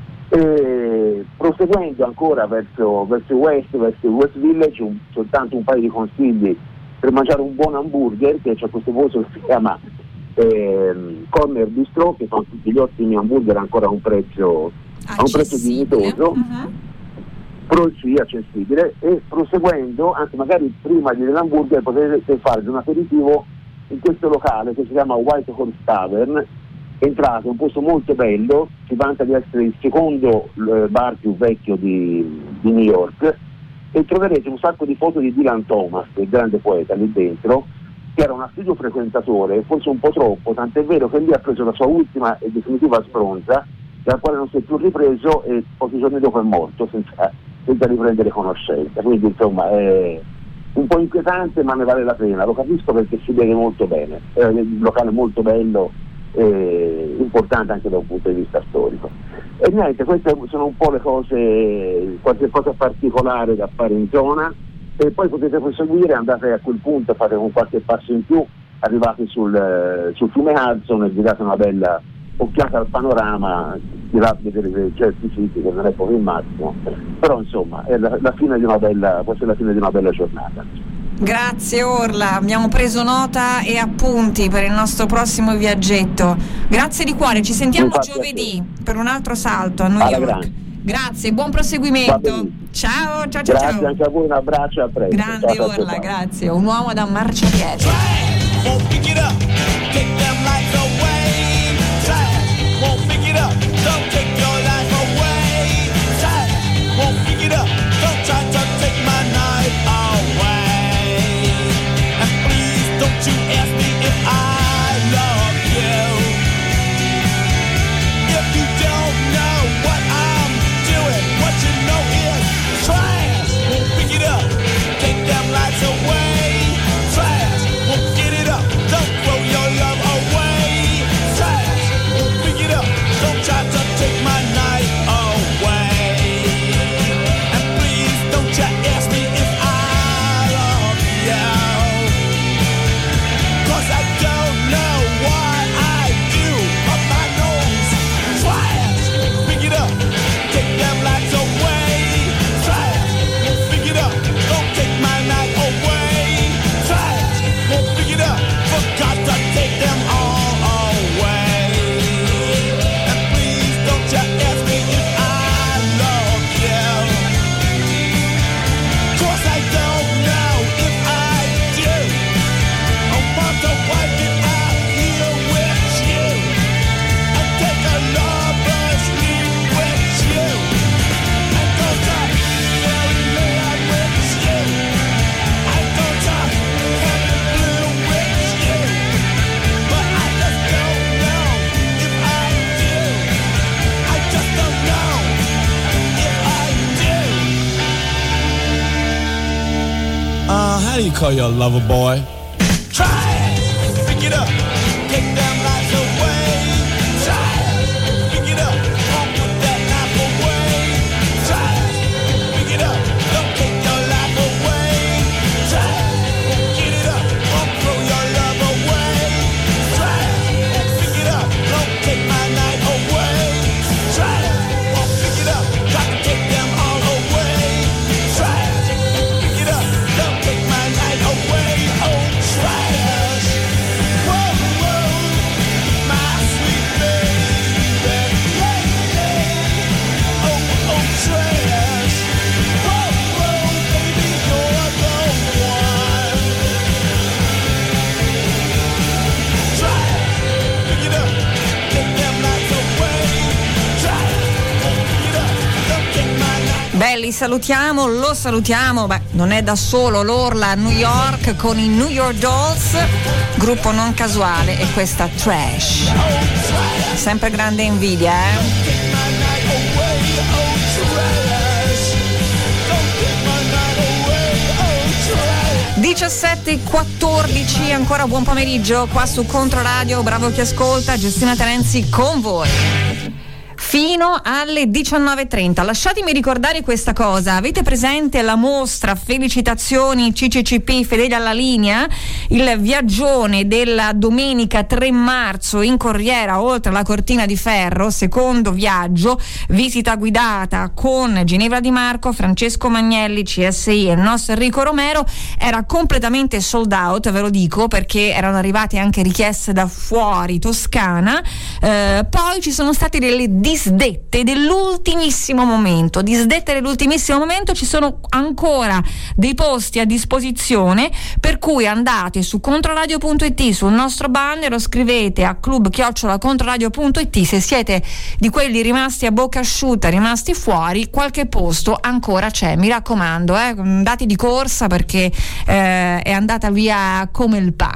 E proseguendo ancora verso West Village, soltanto un paio di consigli per mangiare un buon hamburger, che c'è questo posto che si chiama Corner Bistro, che fanno tutti gli ottimi hamburger ancora a un prezzo dignitoso, sì, accessibile. E proseguendo, anzi magari prima dell'hamburger, potete fare un aperitivo in questo locale che si chiama White Horse Tavern. Entrate, è un posto molto bello, si vanta di essere il secondo bar più vecchio di New York, e troverete un sacco di foto di Dylan Thomas, il grande poeta, lì dentro, che era un assiduo frequentatore, forse un po' troppo, tant'è vero che lì ha preso la sua ultima e definitiva spronza, dalla quale non si è più ripreso, e pochi giorni dopo è morto senza riprendere conoscenza. Quindi insomma è un po' inquietante, ma ne vale la pena, lo capisco, perché si vede molto bene, è un locale molto bello, importante anche da un punto di vista storico. E niente, queste sono un po' le cose, qualche cosa particolare da fare in zona, e poi potete proseguire, andate a quel punto, fate un qualche passo in più, arrivate sul fiume Hudson e vi date una bella occhiata al panorama, di là a vedere certi siti, che non è proprio il massimo, però insomma è la fine di una bella, può essere la fine di una bella giornata. Grazie Orla, abbiamo preso nota e appunti per il nostro prossimo viaggetto. Grazie di cuore, ci sentiamo giovedì per un altro salto a New York. Grande. Grazie, buon proseguimento. Ciao. Grazie anche a voi, un abbraccio, a presto. Grande ciao, Orla, ciao. Grazie, un uomo da marciapiede. Take them lights away. Trash, won't get it up. Don't throw your love you call your lover boy? Try it, pick it up, take them lights away. Try it, pick it up, don't put that life away. Try it, pick it up, don't take your life away. Try it, get it up, don't throw your love away. Try it, pick it up, don't take my night away. Try it, pick it up, try to take them all away. Try it, pick it up, don't take my night away. Oh, trash. Whoa, whoa, my sweet baby. Oh, oh, trash. Whoa, whoa, baby, you're the one. Try it, pick it up, take them lights away. Try it, pick it up, don't take my night. Beh, lo salutiamo, beh, non è da solo, l'Orla a New York con i New York Dolls, gruppo non casuale, e questa Trash. Sempre grande invidia, 17:14, ancora buon pomeriggio qua su Controradio, bravo chi ascolta, Giustina Terenzi con voi fino alle 19:30. Lasciatemi ricordare questa cosa: avete presente la mostra Felicitazioni CCCP Fedeli alla linea? Il viaggione della domenica 3 marzo in Corriera oltre la Cortina di Ferro, secondo viaggio, visita guidata con Ginevra Di Marco, Francesco Magnelli, CSI e il nostro Enrico Romero, era completamente sold out, ve lo dico perché erano arrivate anche richieste da fuori Toscana. Poi ci sono state delle disdette dell'ultimissimo momento, ci sono ancora dei posti a disposizione, per cui andate su controradio.it, sul nostro banner, o scrivete a club@controradio.it. se siete di quelli rimasti a bocca asciutta, rimasti fuori, qualche posto ancora c'è, mi raccomando, andate di corsa perché è andata via come il pane.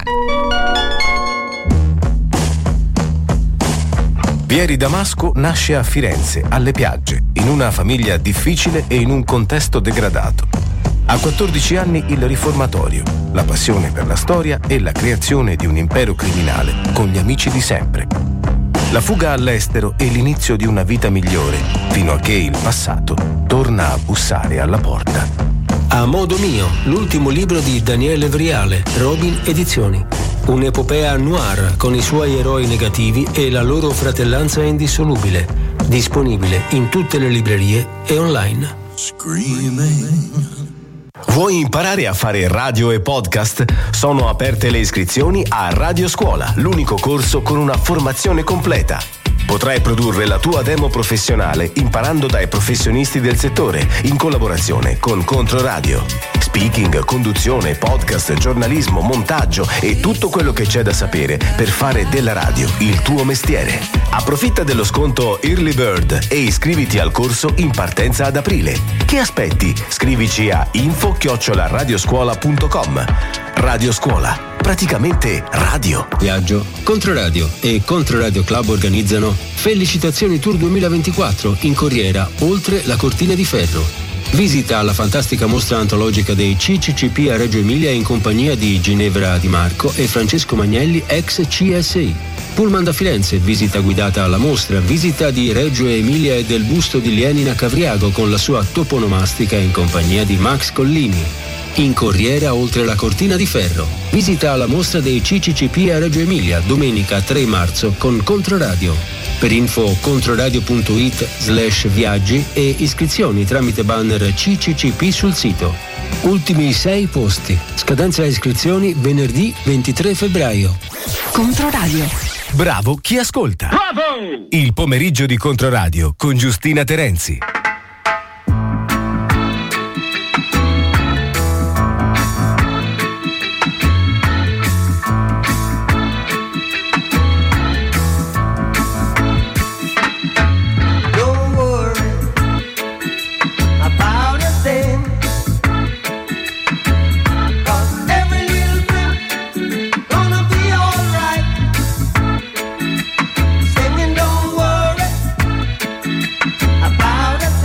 Vieri Damasco nasce a Firenze, alle Piagge, in una famiglia difficile e in un contesto degradato. A 14 anni il riformatorio, la passione per la storia e la creazione di un impero criminale con gli amici di sempre. La fuga all'estero e l'inizio di una vita migliore, fino a che il passato torna a bussare alla porta. A modo mio, l'ultimo libro di Daniele Vriale, Robin Edizioni. Un'epopea noir con i suoi eroi negativi e la loro fratellanza indissolubile. Disponibile in tutte le librerie e online. Vuoi imparare a fare radio e podcast? Sono aperte le iscrizioni a Radio Scuola, l'unico corso con una formazione completa. Potrai produrre la tua demo professionale imparando dai professionisti del settore, in collaborazione con Controradio. Speaking, conduzione, podcast, giornalismo, montaggio e tutto quello che c'è da sapere per fare della radio il tuo mestiere. Approfitta dello sconto Early Bird e iscriviti al corso in partenza ad aprile. Che aspetti? Scrivici a info@radioscuola.com. Radio Scuola, praticamente radio. Viaggio, Controradio e Controradio Club organizzano Felicitazioni Tour 2024 in Corriera, oltre la Cortina di Ferro. Visita la fantastica mostra antologica dei CCCP a Reggio Emilia in compagnia di Ginevra Di Marco e Francesco Magnelli, ex CSI. Pullman da Firenze, visita guidata alla mostra, visita di Reggio Emilia e del busto di Lenin a Cavriago con la sua toponomastica in compagnia di Max Collini. In Corriera oltre la Cortina di Ferro. Visita alla mostra dei CCCP a Reggio Emilia domenica 3 marzo con Controradio. Per info controradio.it/viaggi e iscrizioni tramite banner CCCP sul sito. Ultimi 6 posti. Scadenza iscrizioni venerdì 23 febbraio. Controradio. Bravo chi ascolta. Bravo! Il pomeriggio di Controradio con Giustina Terenzi. About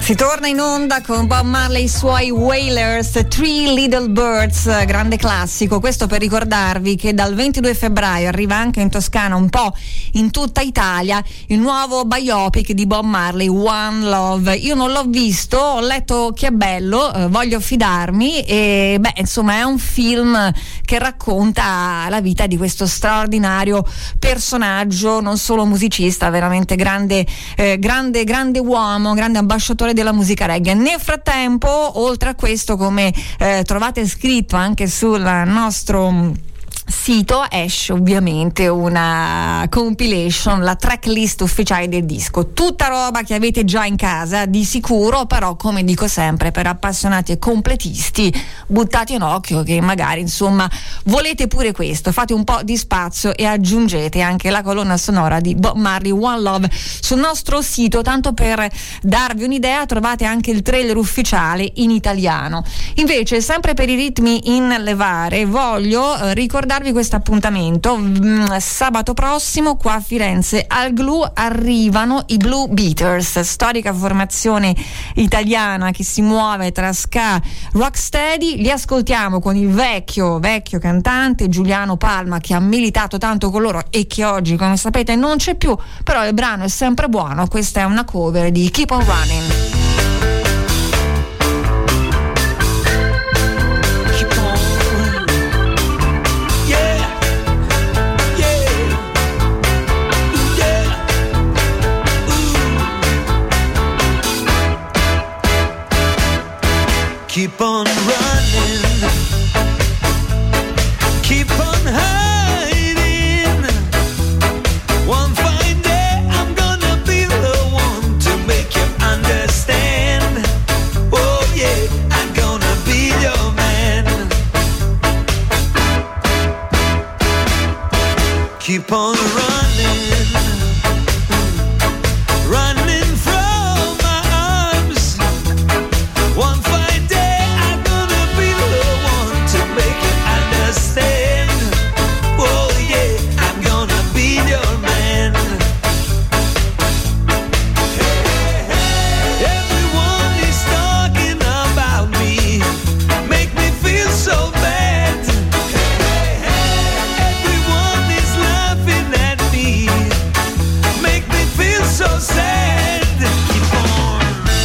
Si torna in onda con Bob Marley e i suoi Wailers, Three Little Birds, grande classico. Questo per ricordarvi che dal 22 febbraio arriva anche in Toscana, un po' in tutta Italia, il nuovo biopic di Bob Marley, One Love. Io non l'ho visto, ho letto che è bello, voglio fidarmi e insomma è un film che racconta la vita di questo straordinario personaggio, non solo musicista, veramente grande uomo, grande ambasciatore della musica reggae. Nel frattempo, oltre a questo, come trovate scritto anche sul nostro sito, esce ovviamente una compilation, la tracklist ufficiale del disco, tutta roba che avete già in casa di sicuro, però come dico sempre, per appassionati e completisti buttate un occhio che magari insomma volete pure questo, fate un po' di spazio e aggiungete anche la colonna sonora di Bob Marley, One Love, sul nostro sito. Tanto per darvi un'idea, trovate anche il trailer ufficiale in italiano. Invece, sempre per i ritmi in levare, voglio ricordarvi questo appuntamento. Sabato prossimo qua a Firenze al Glue arrivano i Blue Beaters, storica formazione italiana che si muove tra ska, rocksteady. Li ascoltiamo con il vecchio cantante Giuliano Palma, che ha militato tanto con loro e che oggi, come sapete, non c'è più, però il brano è sempre buono. Questa è una cover di Keep on Running. Keep on running, keep on hiding. One fine day I'm gonna be the one to make you understand. Oh yeah, I'm gonna be your man. Keep on running, running from my arms. One fine day oh yeah, I'm gonna be your man. Everyone is talking about me, make me feel so bad. Everyone is laughing at me, make me feel so sad. Keep on.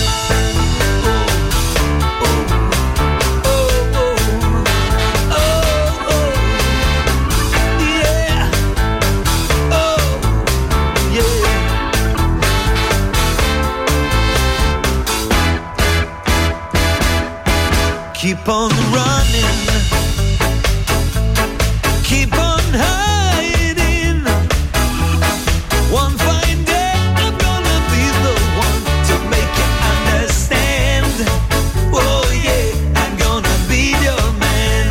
Keep on running, keep on hiding. One fine day I'm gonna be the one to make you understand. Oh yeah, I'm gonna be your man.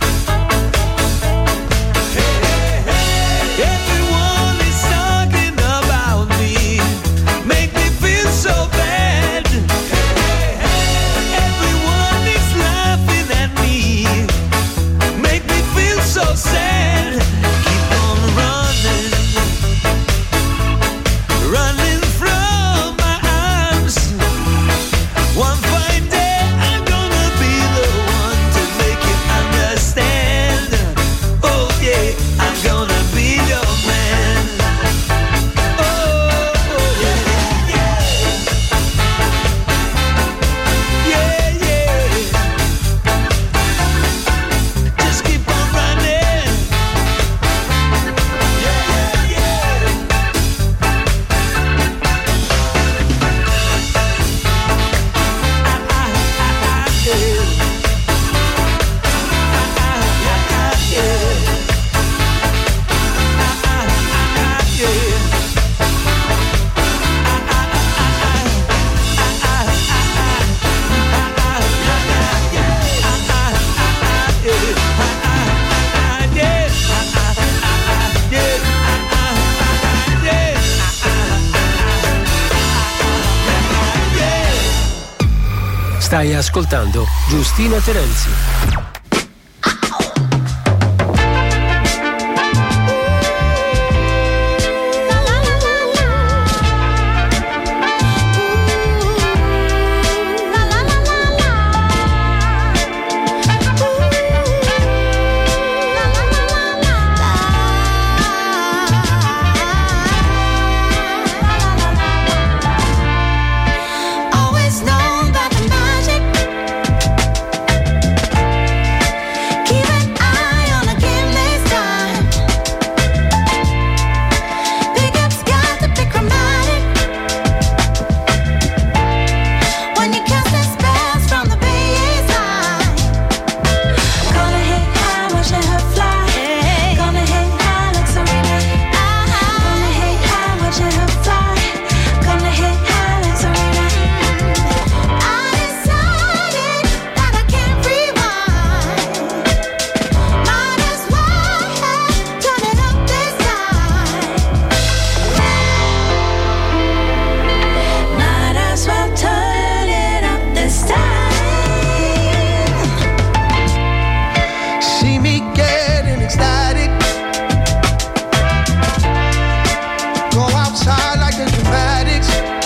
Everyone is talking about me, make me feel so bad. So sad. Keep on running, running from my arms. One fine day I'm gonna be the one to make you understand. Oh yeah, I'm gonna be your man. Oh yeah, yeah, yeah, yeah. Just keep on running. Stai ascoltando Giustina Terenzi.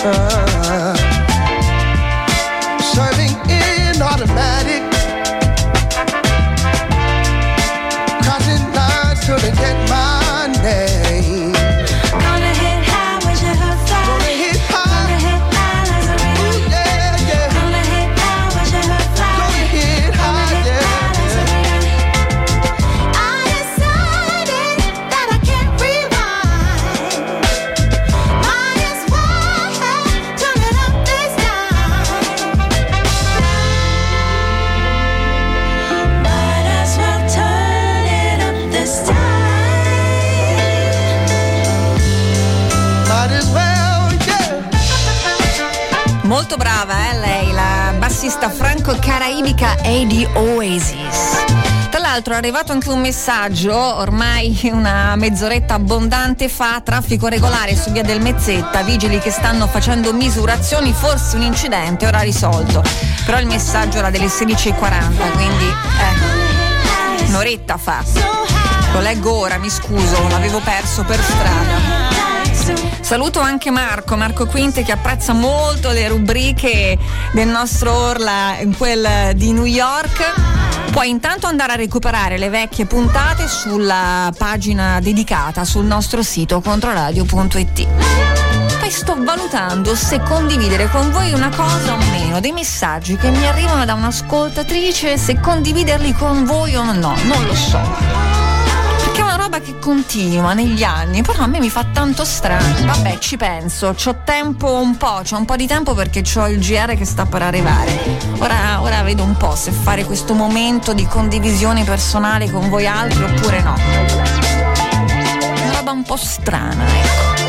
Serving in automatic, crossing lines till they get my name. Gonna hit high with your hook fly. Gonna hit high. Gonna hit high as a ring. Ooh, yeah, yeah. Gonna hit high with your hook fly. Gonna hit high, yeah, yeah. I decided that I can't rewind. Might as well turn it up this time. Might as well turn it up this time. Might as well, yeah. Molto brava, lei, la bassista franco-caraibica Eddie Oasis. Tra l'altro è arrivato anche un messaggio, ormai una mezz'oretta abbondante fa: traffico regolare su via del Mezzetta, vigili che stanno facendo misurazioni, forse un incidente ora risolto. Però il messaggio era delle 16:40, quindi un'oretta fa. Lo leggo ora, mi scuso, l'avevo perso per strada. Saluto anche Marco Quinte, che apprezza molto le rubriche del nostro Orla, quel di New York. Puoi intanto andare a recuperare le vecchie puntate sulla pagina dedicata sul nostro sito controradio.it. Poi sto valutando se condividere con voi una cosa o meno, dei messaggi che mi arrivano da un'ascoltatrice, se condividerli con voi o no, non lo so. Che è una roba che continua negli anni, però a me mi fa tanto strano. Vabbè, ci penso, c'ho tempo c'ho un po' di tempo perché c'ho il GR che sta per arrivare. Ora vedo un po' se fare questo momento di condivisione personale con voi altri oppure no. Una roba un po' strana, ecco.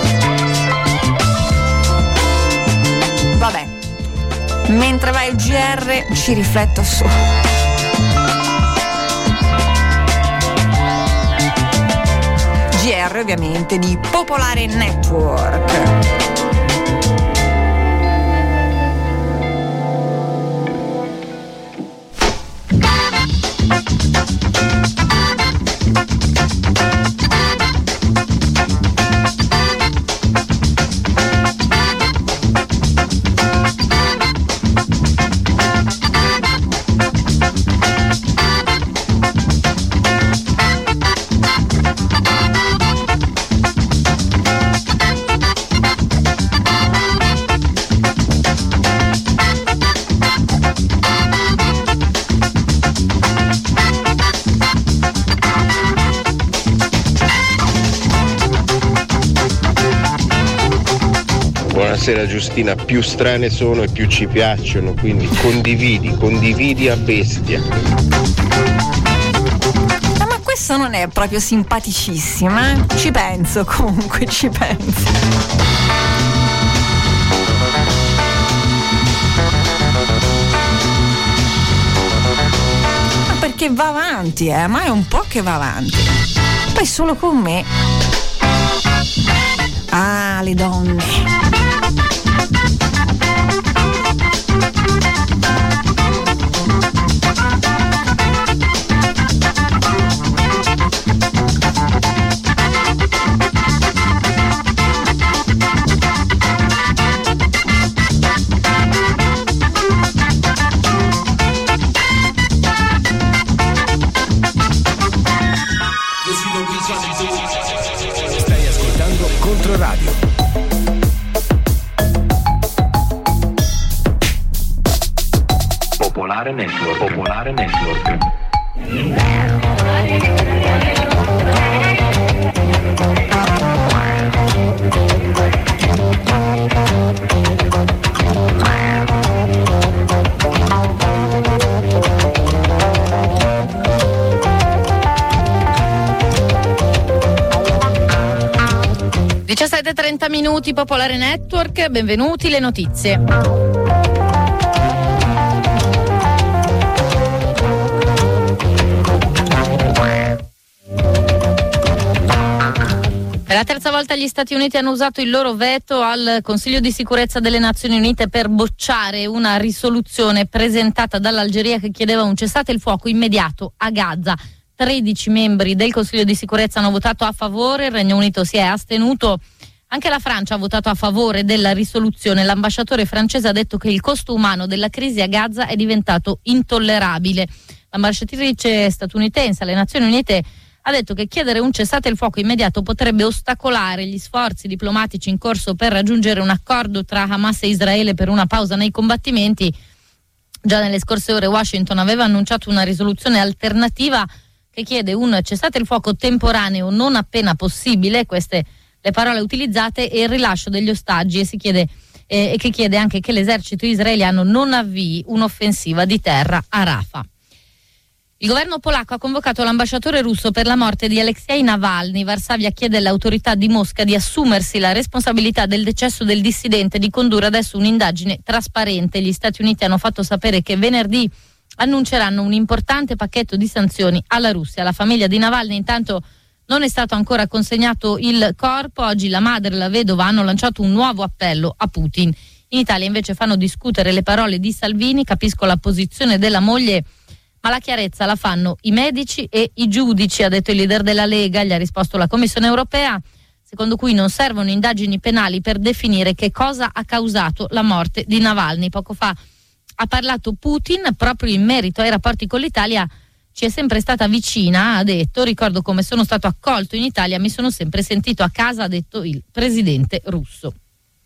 Vabbè, mentre va il GR ci rifletto su. GR ovviamente di Popolare Network. Buonasera Giustina, più strane sono e più ci piacciono, quindi condividi a bestia. Ma questa non è proprio simpaticissima, ci penso, comunque ci penso. Ma perché va avanti, ma è un po' che va avanti. Poi solo con me. Ah, le donne. Stai ascoltando Controradio. Popolare Network. Popolare Network. Siete 30 minuti, Popolare Network, benvenuti, le notizie. Per la terza volta gli Stati Uniti hanno usato il loro veto al Consiglio di sicurezza delle Nazioni Unite per bocciare una risoluzione presentata dall'Algeria che chiedeva un cessate il fuoco immediato a Gaza. 13 membri del Consiglio di sicurezza hanno votato a favore, il Regno Unito si è astenuto. Anche la Francia ha votato a favore della risoluzione. L'ambasciatore francese ha detto che il costo umano della crisi a Gaza è diventato intollerabile. L'ambasciatrice statunitense alle Nazioni Unite ha detto che chiedere un cessate il fuoco immediato potrebbe ostacolare gli sforzi diplomatici in corso per raggiungere un accordo tra Hamas e Israele per una pausa nei combattimenti. Già nelle scorse ore Washington aveva annunciato una risoluzione alternativa che chiede un cessate il fuoco temporaneo non appena possibile, queste le parole utilizzate, e il rilascio degli ostaggi, e si chiede e che chiede anche che l'esercito israeliano non avvii un'offensiva di terra a Rafah. Il governo polacco ha convocato l'ambasciatore russo per la morte di Alexei Navalny. Varsavia chiede alle autorità di Mosca di assumersi la responsabilità del decesso del dissidente e di condurre adesso un'indagine trasparente. Gli Stati Uniti hanno fatto sapere che venerdì annunceranno un importante pacchetto di sanzioni alla Russia. La famiglia di Navalny intanto non è stato ancora consegnato il corpo. Oggi la madre e la vedova hanno lanciato un nuovo appello a Putin. In Italia invece fanno discutere le parole di Salvini. Capisco la posizione della moglie, ma la chiarezza la fanno i medici e i giudici, ha detto il leader della Lega. Gli ha risposto la Commissione europea, secondo cui non servono indagini penali per definire che cosa ha causato la morte di Navalny. Poco fa ha parlato Putin proprio in merito ai rapporti con l'Italia. Ci è sempre stata vicina, ha detto. Ricordo come sono stato accolto in Italia, mi sono sempre sentito a casa, ha detto il presidente russo.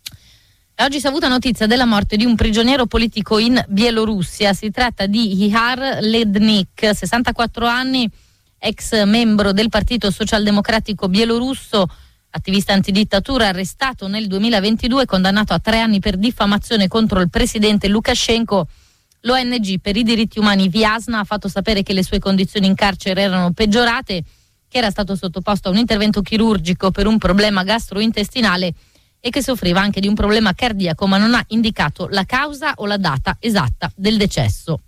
E oggi si è avuta notizia della morte di un prigioniero politico in Bielorussia. Si tratta di Ihar Lednik, 64 anni, ex membro del Partito Socialdemocratico bielorusso, attivista antidittatura, arrestato nel 2022, condannato a 3 anni per diffamazione contro il presidente Lukashenko. L'ONG per i diritti umani Viasna ha fatto sapere che le sue condizioni in carcere erano peggiorate, che era stato sottoposto a un intervento chirurgico per un problema gastrointestinale e che soffriva anche di un problema cardiaco, ma non ha indicato la causa o la data esatta del decesso.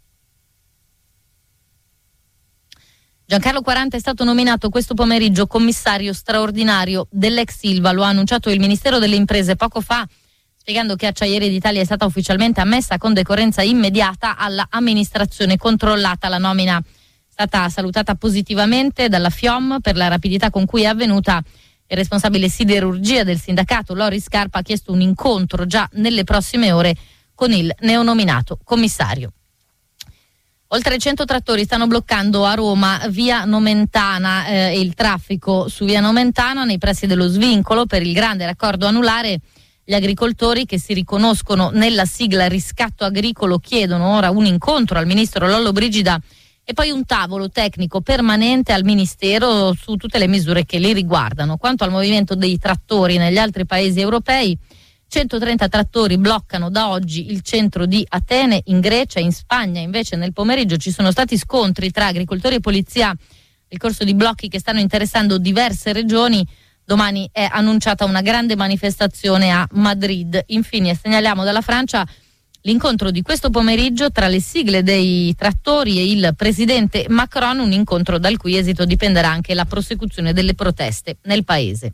Giancarlo Quaranta è stato nominato questo pomeriggio commissario straordinario dell'ex Ilva. Lo ha annunciato il Ministero delle Imprese poco fa, spiegando che Acciaierie d'Italia è stata ufficialmente ammessa con decorrenza immediata alla amministrazione controllata. La nomina è stata salutata positivamente dalla FIOM per la rapidità con cui è avvenuta. Il responsabile siderurgia del sindacato, Loris Scarpa, ha chiesto un incontro già nelle prossime ore con il neonominato commissario. Oltre 100 trattori stanno bloccando a Roma via Nomentana e il traffico su via Nomentana nei pressi dello svincolo per il grande raccordo anulare. Gli agricoltori che si riconoscono nella sigla riscatto agricolo chiedono ora un incontro al ministro Lollobrigida e poi un tavolo tecnico permanente al Ministero su tutte le misure che li riguardano. Quanto al movimento dei trattori negli altri paesi europei, 130 trattori bloccano da oggi il centro di Atene in Grecia. In Spagna invece nel pomeriggio ci sono stati scontri tra agricoltori e polizia nel corso di blocchi che stanno interessando diverse regioni. Domani è annunciata una grande manifestazione a Madrid. Infine segnaliamo dalla Francia l'incontro di questo pomeriggio tra le sigle dei trattori e il presidente Macron, un incontro dal cui esito dipenderà anche la prosecuzione delle proteste nel paese.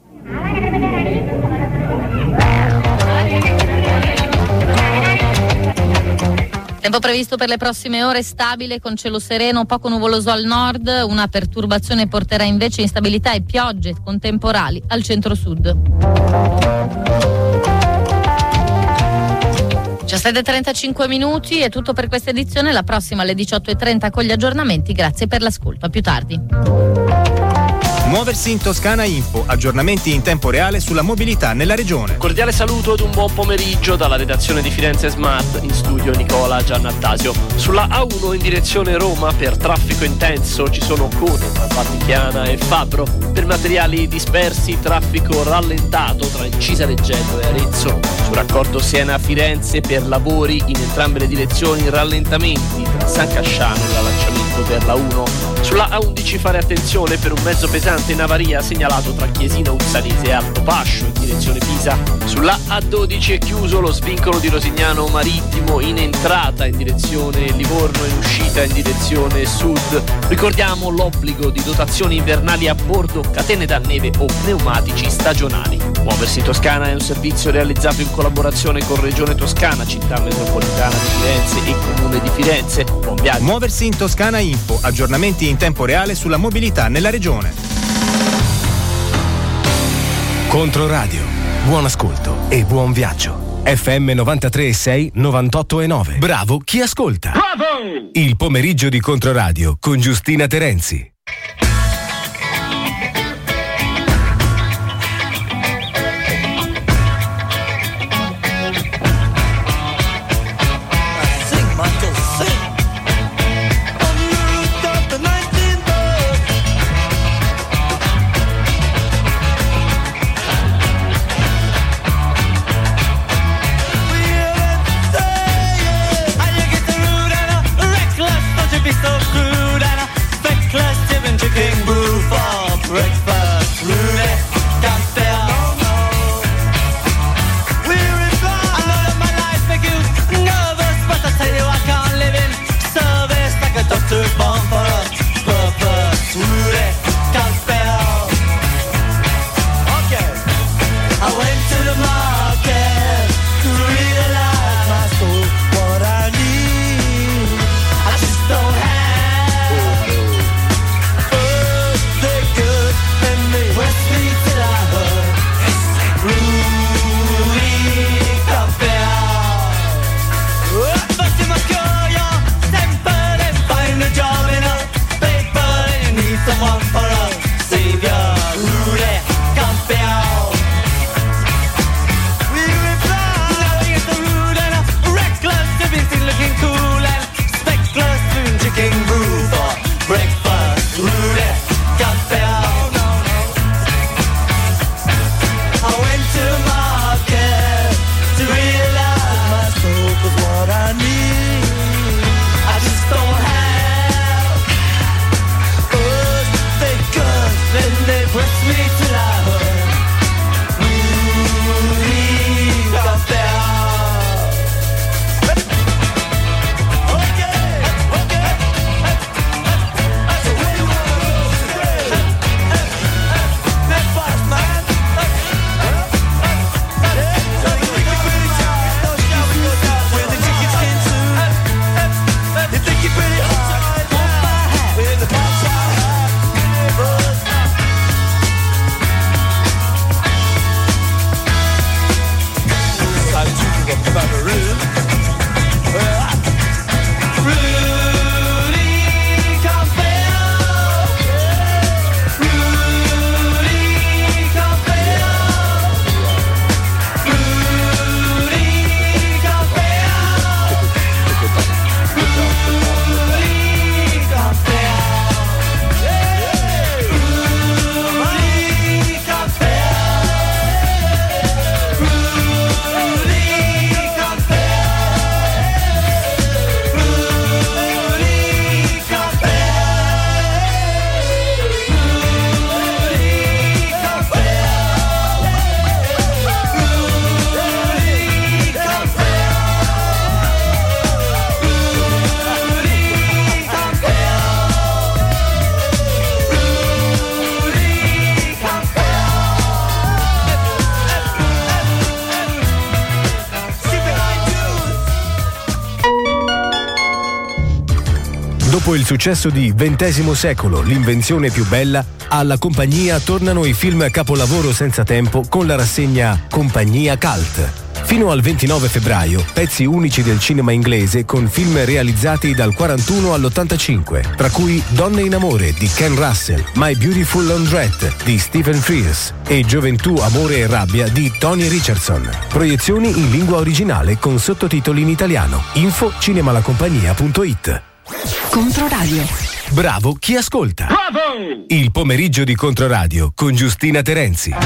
Tempo previsto per le prossime ore stabile con cielo sereno, poco nuvoloso al nord. Una perturbazione porterà invece instabilità e piogge con temporali al centro-sud. 17:35 minuti è tutto per questa edizione. La prossima alle 18:30 con gli aggiornamenti. Grazie per l'ascolto, a più tardi. Muoversi in Toscana Info, aggiornamenti in tempo reale sulla mobilità nella regione. Cordiale saluto ed un buon pomeriggio dalla redazione di Firenze Smart, in studio Nicola Giannattasio. Sulla A1 in direzione Roma per traffico intenso ci sono code tra Valdichiana e Fabbro. Per materiali dispersi traffico rallentato tra Incisa Leggendo e Arezzo. Su raccordo Siena-Firenze per lavori in entrambe le direzioni rallentamenti tra San Casciano e l'allacciamento per la 1. Sulla A11 fare attenzione per un mezzo pesante in avaria segnalato tra Chiesina Uzzanese e Alto Pascio in direzione Pisa. Sulla A12 è chiuso lo svincolo di Rosignano Marittimo in entrata in direzione Livorno e in uscita in direzione sud. Ricordiamo l'obbligo di dotazioni invernali a bordo, catene da neve o pneumatici stagionali. Muoversi in Toscana è un servizio realizzato in collaborazione con Regione Toscana, Città Metropolitana di Firenze e Comune di Firenze. Buon viaggio. Muoversi in Toscana Info, aggiornamenti in tempo reale sulla mobilità nella regione. Controradio. Buon ascolto e buon viaggio. FM 93.6, 98.9. Bravo chi ascolta. Bravo! Il pomeriggio di Controradio con Giustina Terenzi. Dopo il successo di XX secolo, l'invenzione più bella, alla compagnia tornano i film capolavoro senza tempo con la rassegna Compagnia Cult. Fino al 29 febbraio, pezzi unici del cinema inglese con film realizzati dal 41 all'85, tra cui Donne in amore di Ken Russell, My Beautiful Laundrette di Stephen Frears e Gioventù, amore e rabbia di Tony Richardson. Proiezioni in lingua originale con sottotitoli in italiano. Info cinemalacompagnia.it. Controradio. Bravo chi ascolta. Bravo! Il pomeriggio di Controradio con Giustina Terenzi.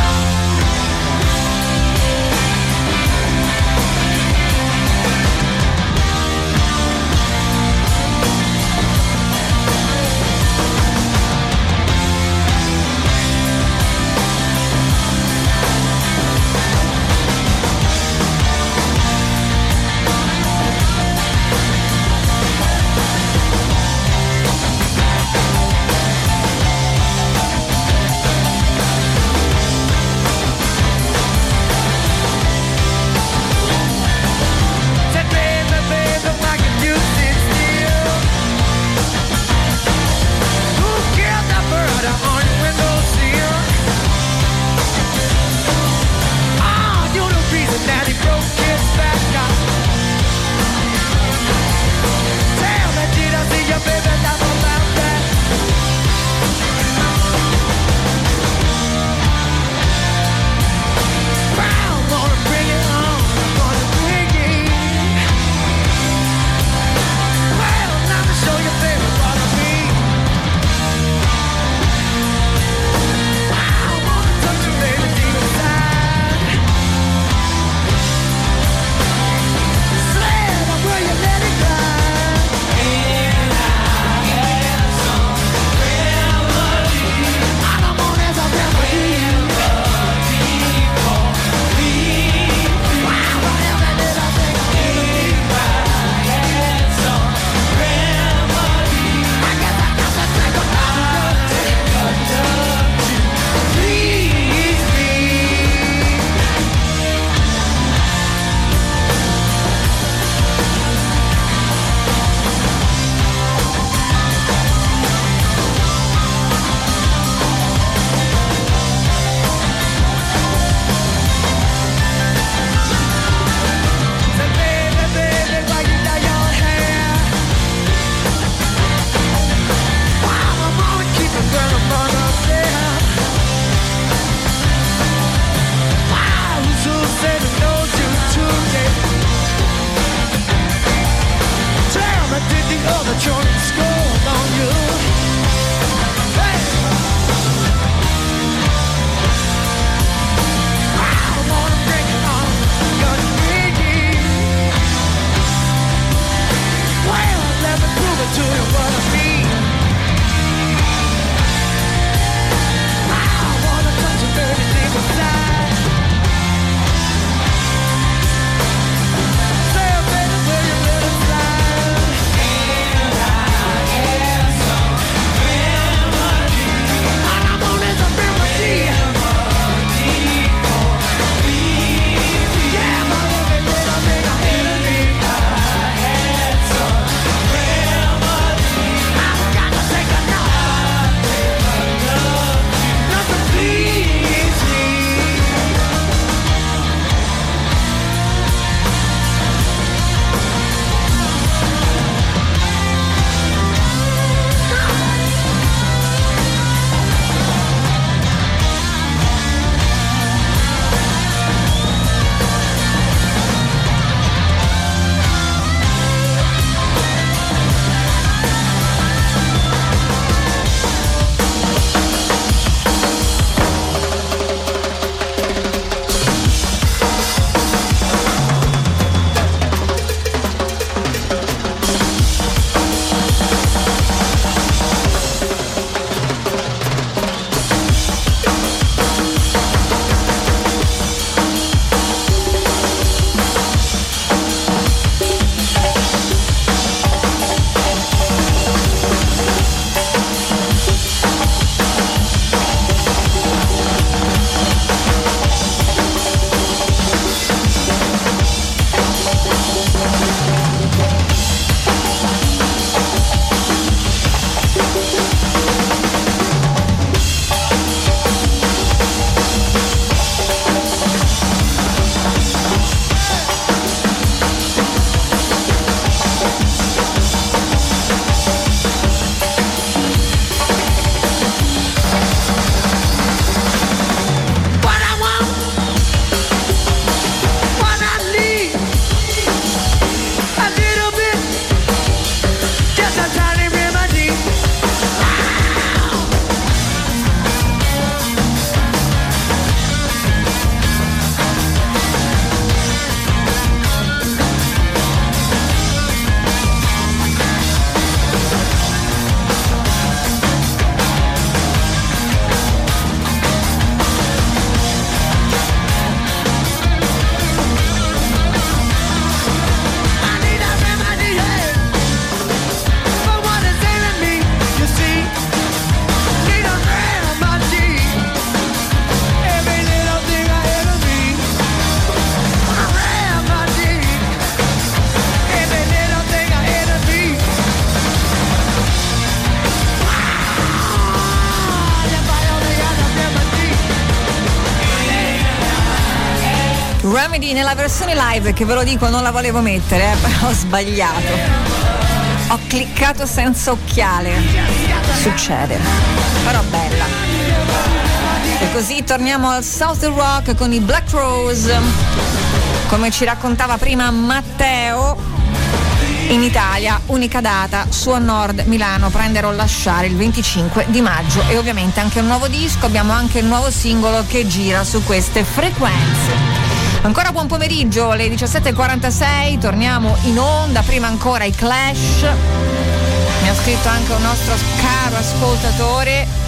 Remedy nella versione live, che ve lo dico non la volevo mettere, però ho sbagliato, ho cliccato senza occhiale, succede, però bella. E così torniamo al Southern Rock con i Black Rose. Come ci raccontava prima Matteo, in Italia, unica data, su a Nord Milano, prendere o lasciare il 25 di maggio, e ovviamente anche un nuovo disco, abbiamo anche il nuovo singolo che gira su queste frequenze. Ancora buon pomeriggio, alle 17.46, torniamo in onda, prima ancora i Clash. Mi ha scritto anche un nostro caro ascoltatore,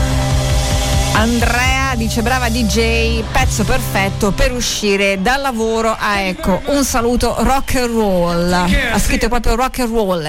Andrea, dice: brava DJ, pezzo perfetto per uscire dal lavoro. Ah, ecco, un saluto rock and roll, ha scritto proprio rock and roll.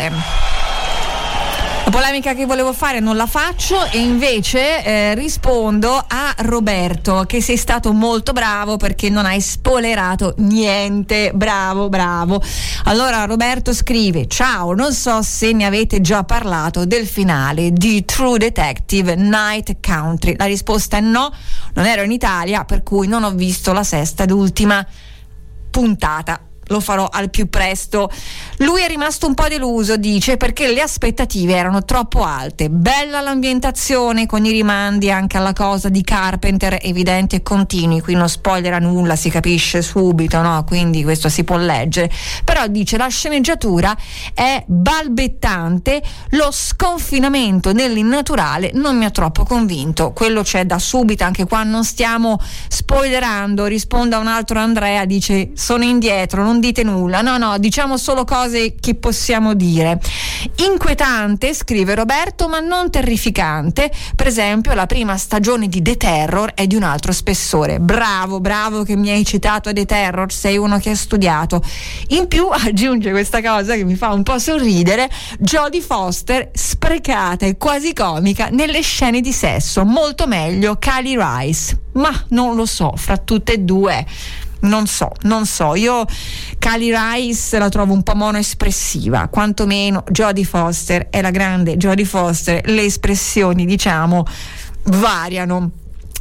La polemica che volevo fare non la faccio, e invece rispondo a Roberto, che sei stato molto bravo perché non hai spoilerato niente. Bravo. Allora Roberto scrive: ciao, non so se ne avete già parlato del finale di True Detective Night Country. La risposta è no, non ero in Italia, per cui non ho visto la sesta ed ultima puntata. Lo farò al più presto. Lui è rimasto un po' deluso, dice, perché le aspettative erano troppo alte. Bella l'ambientazione, con i rimandi anche alla cosa di Carpenter, evidenti e continui. Qui non spoilera nulla, si capisce subito, no? Quindi questo si può leggere. Però dice: la sceneggiatura è balbettante, lo sconfinamento nell'innaturale non mi ha troppo convinto. Quello c'è da subito, anche qua non stiamo spoilerando. Risponde a un altro Andrea, dice: sono indietro, non dite nulla. No, diciamo solo cose che possiamo dire. Inquietante, scrive Roberto, ma non terrificante. Per esempio la prima stagione di The Terror è di un altro spessore. Bravo che mi hai citato The Terror, sei uno che ha studiato. In più aggiunge questa cosa che mi fa un po' sorridere: Jodie Foster sprecata e quasi comica nelle scene di sesso, molto meglio Kylie Rice. Ma non lo so, fra tutte e due non so, io Kylie Rice la trovo un po' monoespressiva, quantomeno Jodie Foster è la grande Jodie Foster, le espressioni diciamo variano.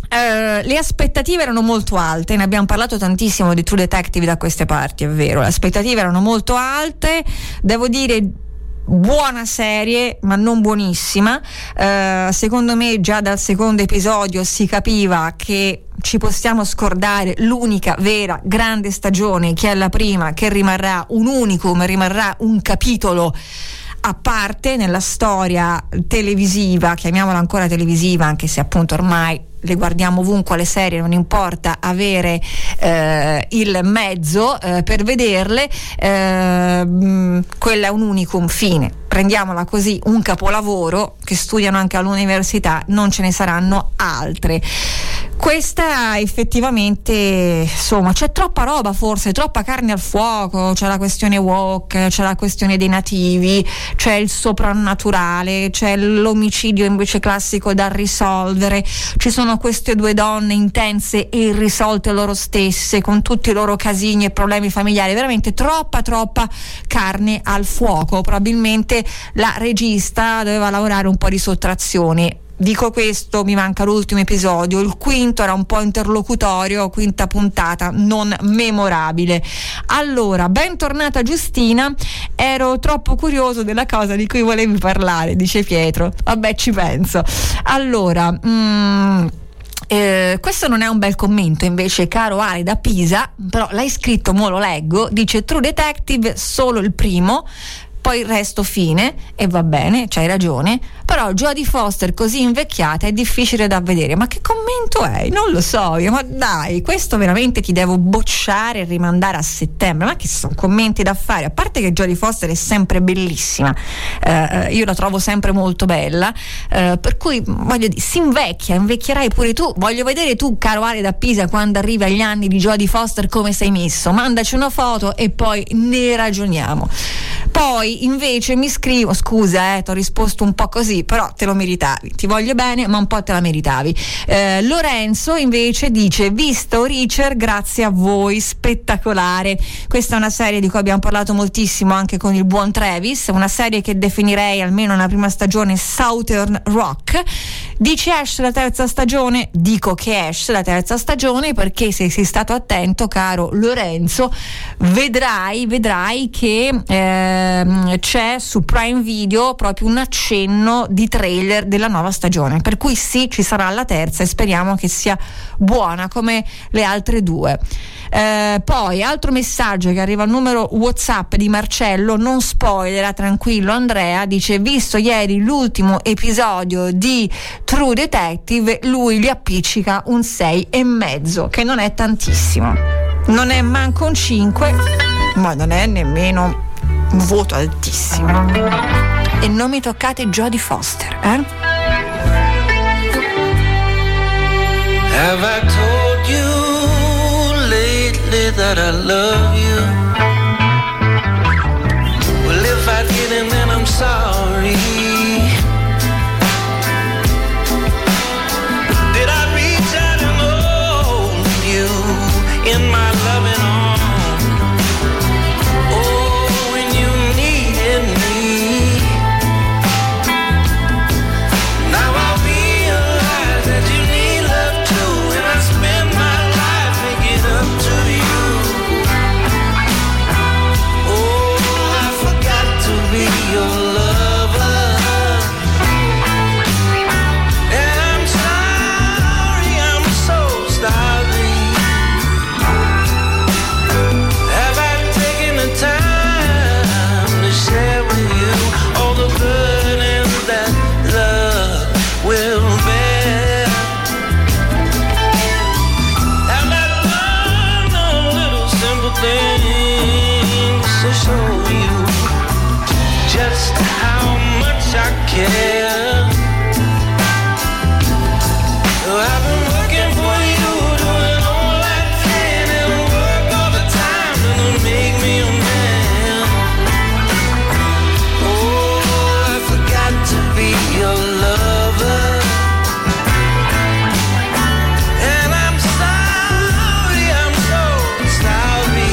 Le aspettative erano molto alte, ne abbiamo parlato tantissimo di True Detective da queste parti, è vero, le aspettative erano molto alte, devo dire buona serie ma non buonissima. Secondo me già dal secondo episodio si capiva che ci possiamo scordare l'unica vera grande stagione, che è la prima, che rimarrà un unicum, rimarrà un capitolo a parte nella storia televisiva, chiamiamola ancora televisiva, anche se appunto ormai le guardiamo ovunque le serie, non importa avere il mezzo per vederle, quella è un unicum, fine, prendiamola così, un capolavoro che studiano anche all'università, non ce ne saranno altre. Questa effettivamente, insomma, c'è troppa roba, forse troppa carne al fuoco, c'è la questione woke, c'è la questione dei nativi, c'è il soprannaturale, c'è l'omicidio invece classico da risolvere, ci sono queste due donne intense e irrisolte loro stesse, con tutti i loro casini e problemi familiari, veramente troppa carne al fuoco. Probabilmente la regista doveva lavorare un po' di sottrazione. Dico questo, mi manca l'ultimo episodio, il quinto era un po' interlocutorio, quinta puntata non memorabile. Allora, bentornata Giustina, ero troppo curioso della cosa di cui volevi parlare, dice Pietro. Vabbè, ci penso. Allora, questo non è un bel commento invece, caro Ale da Pisa, però l'hai scritto, mo lo leggo, dice: True Detective solo il primo, poi il resto fine, e va bene, c'hai ragione, però Jodie Foster così invecchiata è difficile da vedere. Ma che commento è? Non lo so io, ma dai, questo veramente ti devo bocciare e rimandare a settembre. Ma che sono commenti da fare? A parte che Jodie Foster è sempre bellissima, io la trovo sempre molto bella, per cui voglio dire, si invecchierai pure tu. Voglio vedere tu, caro Ale da Pisa, quando arrivi agli anni di Jodie Foster come sei messo, mandaci una foto e poi ne ragioniamo. Poi invece mi scrivo, scusa ti ho risposto un po' così, così, però te lo meritavi, ti voglio bene ma un po' te la meritavi. Lorenzo invece dice: visto Reacher, grazie a voi, spettacolare. Questa è una serie di cui abbiamo parlato moltissimo anche con il buon Travis, una serie che definirei almeno nella prima stagione Southern Rock. Dice esce la terza stagione, dico che esce la terza stagione perché se sei stato attento, caro Lorenzo, vedrai che c'è su Prime Video proprio un accenno di trailer della nuova stagione, per cui sì, ci sarà la terza e speriamo che sia buona come le altre due. Poi altro messaggio che arriva al numero WhatsApp di Marcello, non spoiler, tranquillo Andrea, dice: visto ieri l'ultimo episodio di True Detective, lui gli appiccica un 6,5, che non è tantissimo, non è manco un 5, ma non è nemmeno un voto altissimo. E non mi toccate Jodie Foster, Have I told you lately that I love you? Well, if I didn't, then I'm sorry. Did I reach out and hold you in my loving arms? Oh, when you needed me. Now I realize that you need love too, and I spend my life making up to you. Oh, I forgot to be your lover, and I'm sorry, I'm so sorry. Have I taken the time to share with you all the burdens that love will bear? Have I done the little simple things to show you just how much I care? I've been working for you, doing all I can, and work all the time to make me a man. Oh, I forgot to be your lover, and I'm sorry, I'm so sorry.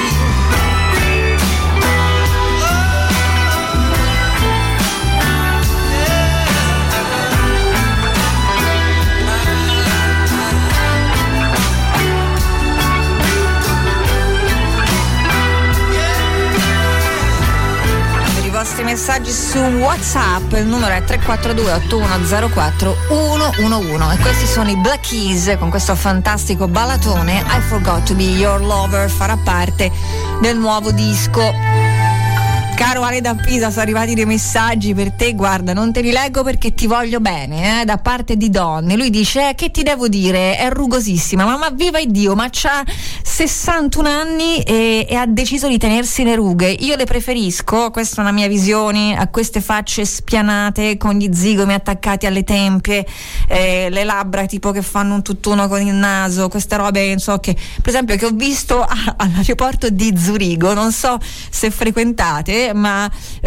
Per i vostri messaggi su WhatsApp il numero è 342 8104 111 e questi sono i Black Keys con questo fantastico ballatone I Forgot to Be Your Lover, farà parte del nuovo disco. Caro Ale da Pisa, sono arrivati dei messaggi per te, guarda, non te li leggo perché ti voglio bene, da parte di donne. Lui dice: che ti devo dire, è rugosissima, ma viva Dio, ma c'ha 61 anni e ha deciso di tenersi le rughe. Io le preferisco, questa è una mia visione, a queste facce spianate con gli zigomi attaccati alle tempie, le labbra tipo che fanno un tutt'uno con il naso, queste robe, non so, che per esempio che ho visto all'aeroporto di Zurigo, non so se frequentate, ma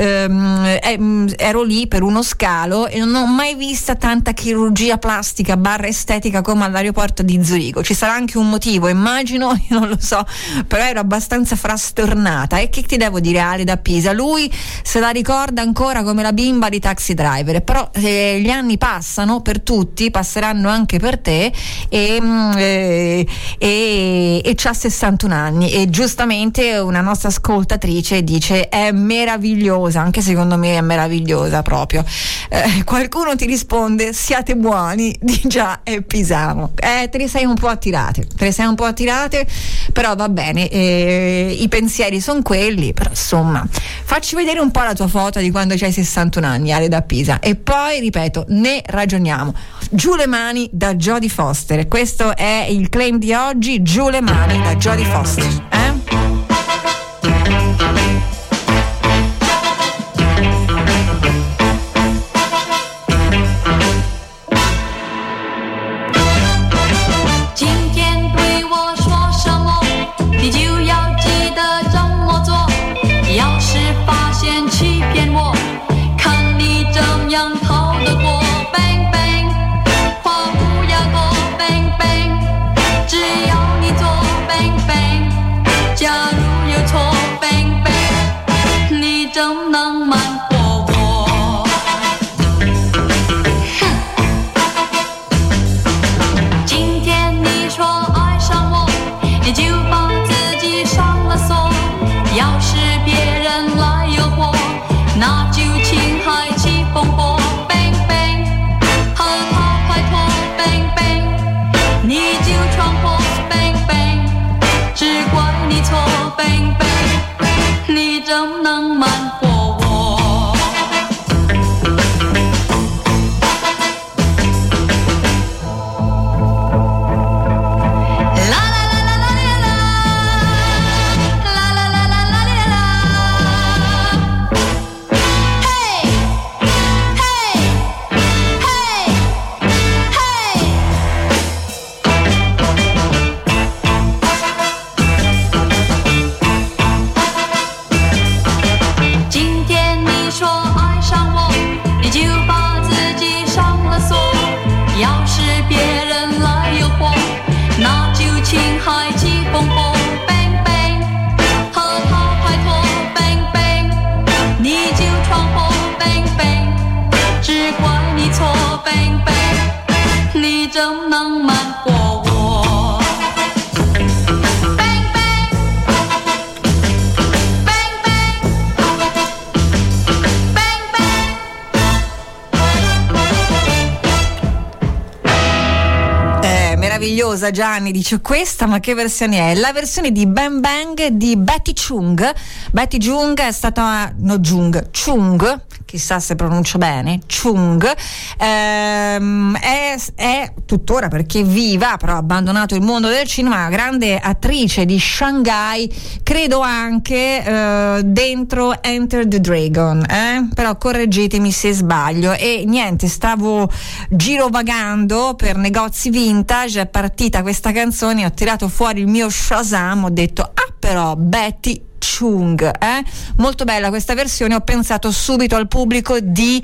ero lì per uno scalo e non ho mai vista tanta chirurgia plastica / estetica come all'aeroporto di Zurigo. Ci sarà anche un motivo, immagino, io non lo so, però ero abbastanza frastornata. E che ti devo dire, Ale da Pisa, lui se la ricorda ancora come la bimba di Taxi Driver, però gli anni passano per tutti, passeranno anche per te, e c'ha 61 anni e giustamente una nostra ascoltatrice dice: è meravigliosa, anche secondo me è meravigliosa proprio. Qualcuno ti risponde: siate buoni, di già è Pisano. Te ne sei un po' attirate, però va bene, i pensieri sono quelli, però insomma facci vedere un po' la tua foto di quando c'hai 61 anni, Ale da Pisa, e poi ripeto, ne ragioniamo. Giù le mani da Jodie Foster, questo è il claim di oggi, giù le mani da Jodie Foster, 要是发现欺骗我，看你怎样逃 curiosa, Gianni dice questa, ma che versione è? La versione di Bang Bang di Betty Chung. Betty Chung è stata Chung, chissà se pronuncio bene, Chung, è tuttora, perché viva, però ha abbandonato il mondo del cinema, una grande attrice di Shanghai, credo anche dentro Enter the Dragon, però correggetemi se sbaglio. E niente, stavo girovagando per negozi vintage, è partita questa canzone, ho tirato fuori il mio Shazam, ho detto però Betty Chung, molto bella questa versione. Ho pensato subito al pubblico di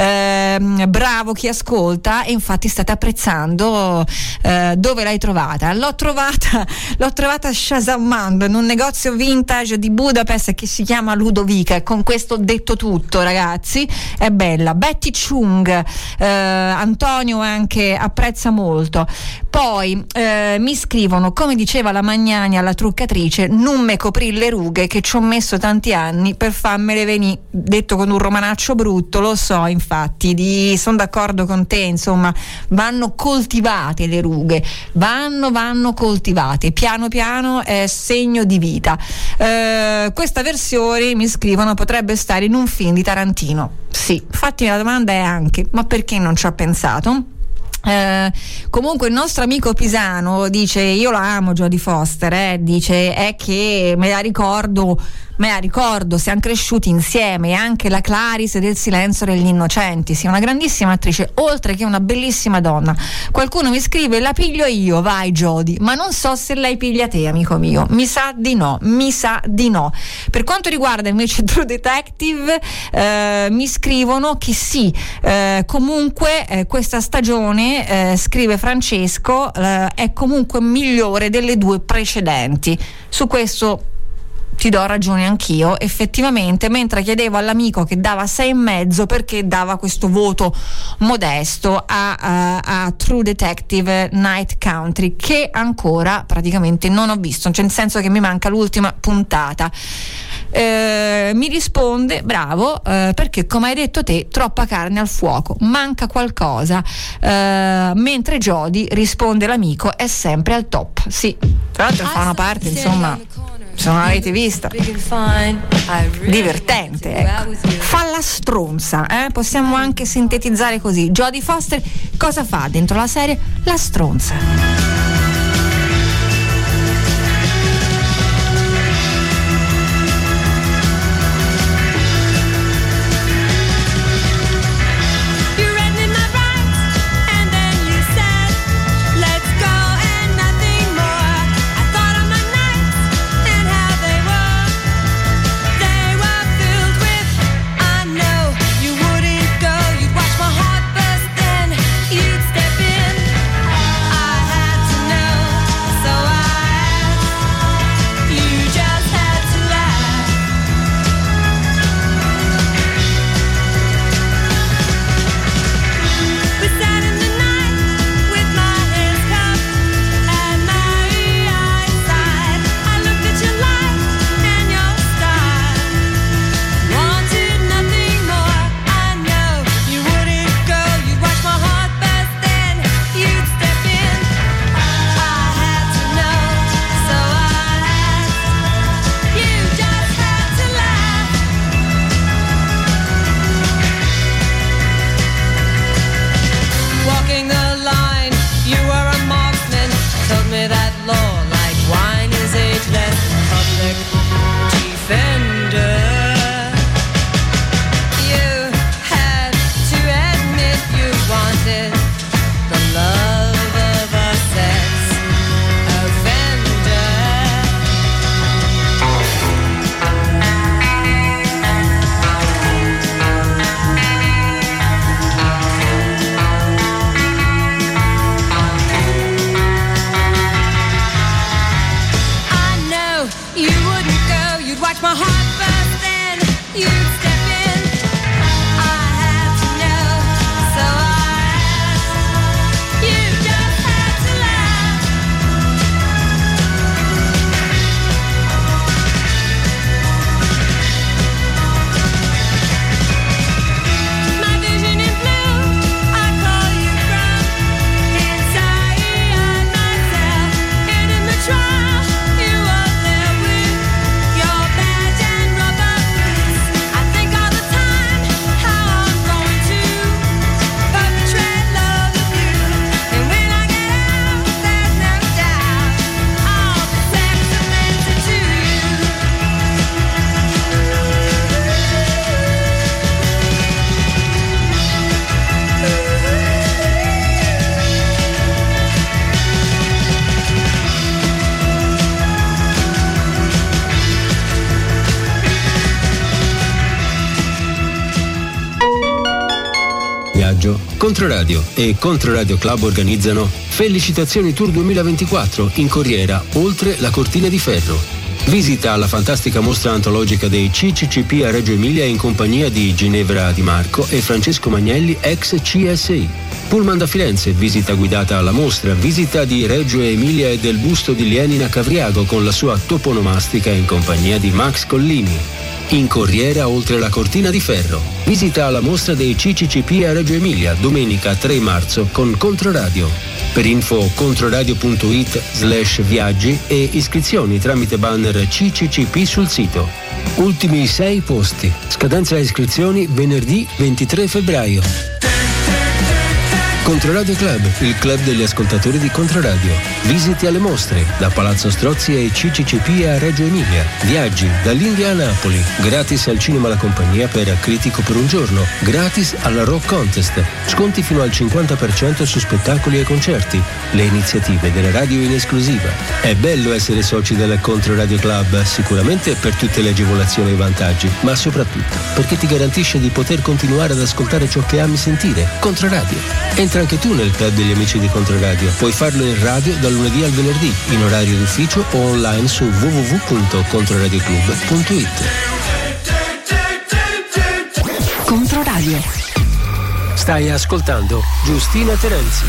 bravo chi ascolta, e infatti state apprezzando. Dove l'hai trovata? L'ho trovata shazammando in un negozio vintage di Budapest che si chiama Ludovica, e con questo ho detto tutto, ragazzi. È bella Betty Chung. Antonio anche apprezza molto. Poi mi scrivono, come diceva la Magnani alla truccatrice, non me coprì le rughe che ci ho messo tanti anni per farmele venì, detto con un romanaccio brutto, lo so, infatti sono d'accordo con te, insomma vanno coltivate le rughe, vanno coltivate piano piano, è segno di vita. Questa versione, mi scrivono, potrebbe stare in un film di Tarantino. Sì, infatti la domanda è anche, ma perché non ci ha pensato? Comunque il nostro amico Pisano dice, io la amo Jodie Foster, dice è che me la ricordo, siamo cresciuti insieme, e anche la Clarice del Silenzio degli Innocenti, sì, una grandissima attrice, oltre che una bellissima donna. Qualcuno mi scrive, la piglio io, vai Jodie, ma non so se lei piglia te, amico mio, mi sa di no. Per quanto riguarda invece True Detective, mi scrivono che sì, comunque questa stagione, scrive Francesco, è comunque migliore delle due precedenti. Su questo ti do ragione anch'io, effettivamente, mentre chiedevo all'amico che dava 6,5 perché dava questo voto modesto a True Detective Night Country, che ancora praticamente non ho visto, cioè nel senso che mi manca l'ultima puntata. Mi risponde, bravo, perché come hai detto te, troppa carne al fuoco, manca qualcosa, mentre Jodie, risponde l'amico, è sempre al top. Sì, tra l'altro fa una parte, insomma, se non l'avete vista, divertente, ecco. Fa la stronza, possiamo anche sintetizzare così. Jodie Foster cosa fa dentro la serie? La stronza. maggio, Controradio e Controradio Club organizzano Felicitazioni Tour 2024 in Corriera, oltre la Cortina di Ferro. Visita la fantastica mostra antologica dei CCCP a Reggio Emilia in compagnia di Ginevra Di Marco e Francesco Magnelli, ex CSI. Pullman da Firenze, visita guidata alla mostra, visita di Reggio Emilia e del busto di Lenin a Cavriago con la sua toponomastica in compagnia di Max Collini. In Corriera, oltre la Cortina di Ferro. Visita alla mostra dei CCCP a Reggio Emilia, domenica 3 marzo con Controradio. Per info controradio.it/viaggi e iscrizioni tramite banner CCCP sul sito. Ultimi 6 posti. Scadenza iscrizioni venerdì 23 febbraio. Controradio Club, il club degli ascoltatori di Controradio. Visiti alle mostre, da Palazzo Strozzi ai CCCP a Reggio Emilia. Viaggi dall'India a Napoli. Gratis al cinema La Compagnia per Critico per un giorno. Gratis alla Rock Contest. Sconti fino al 50% su spettacoli e concerti. Le iniziative della radio in esclusiva. È bello essere soci del Controradio Club, sicuramente per tutte le agevolazioni e i vantaggi, ma soprattutto perché ti garantisce di poter continuare ad ascoltare ciò che ami sentire. Controradio. Entra anche tu nel club degli amici di Controradio. Puoi farlo in radio dal lunedì al venerdì, in orario d'ufficio o online su www.controradioclub.it. Controradio. Stai ascoltando Giustina Terenzi.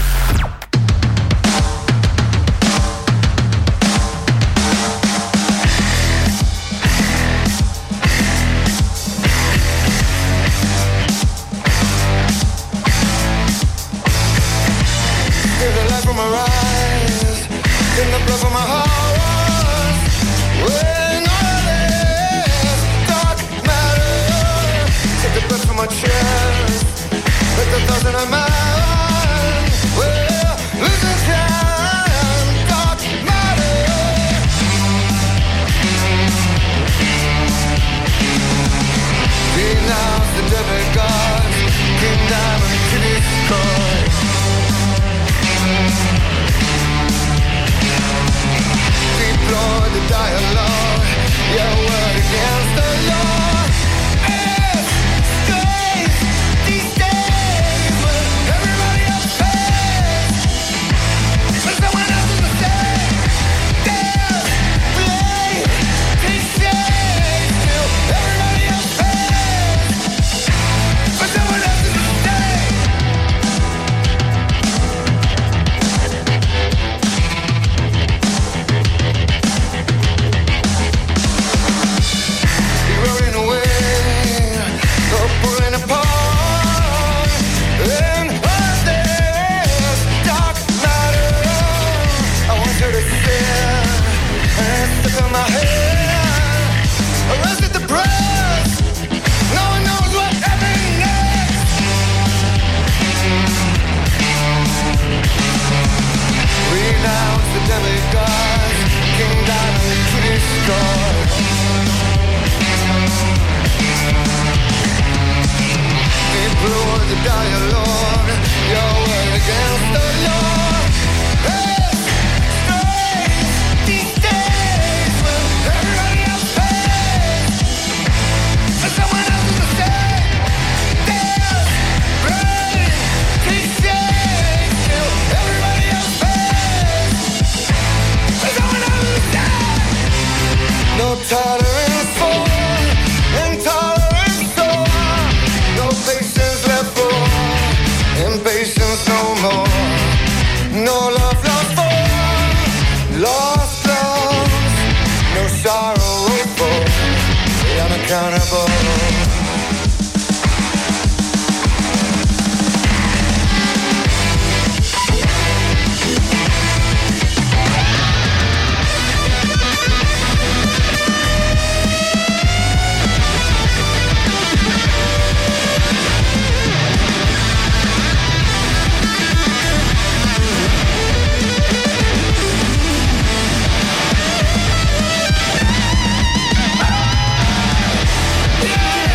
Yeah!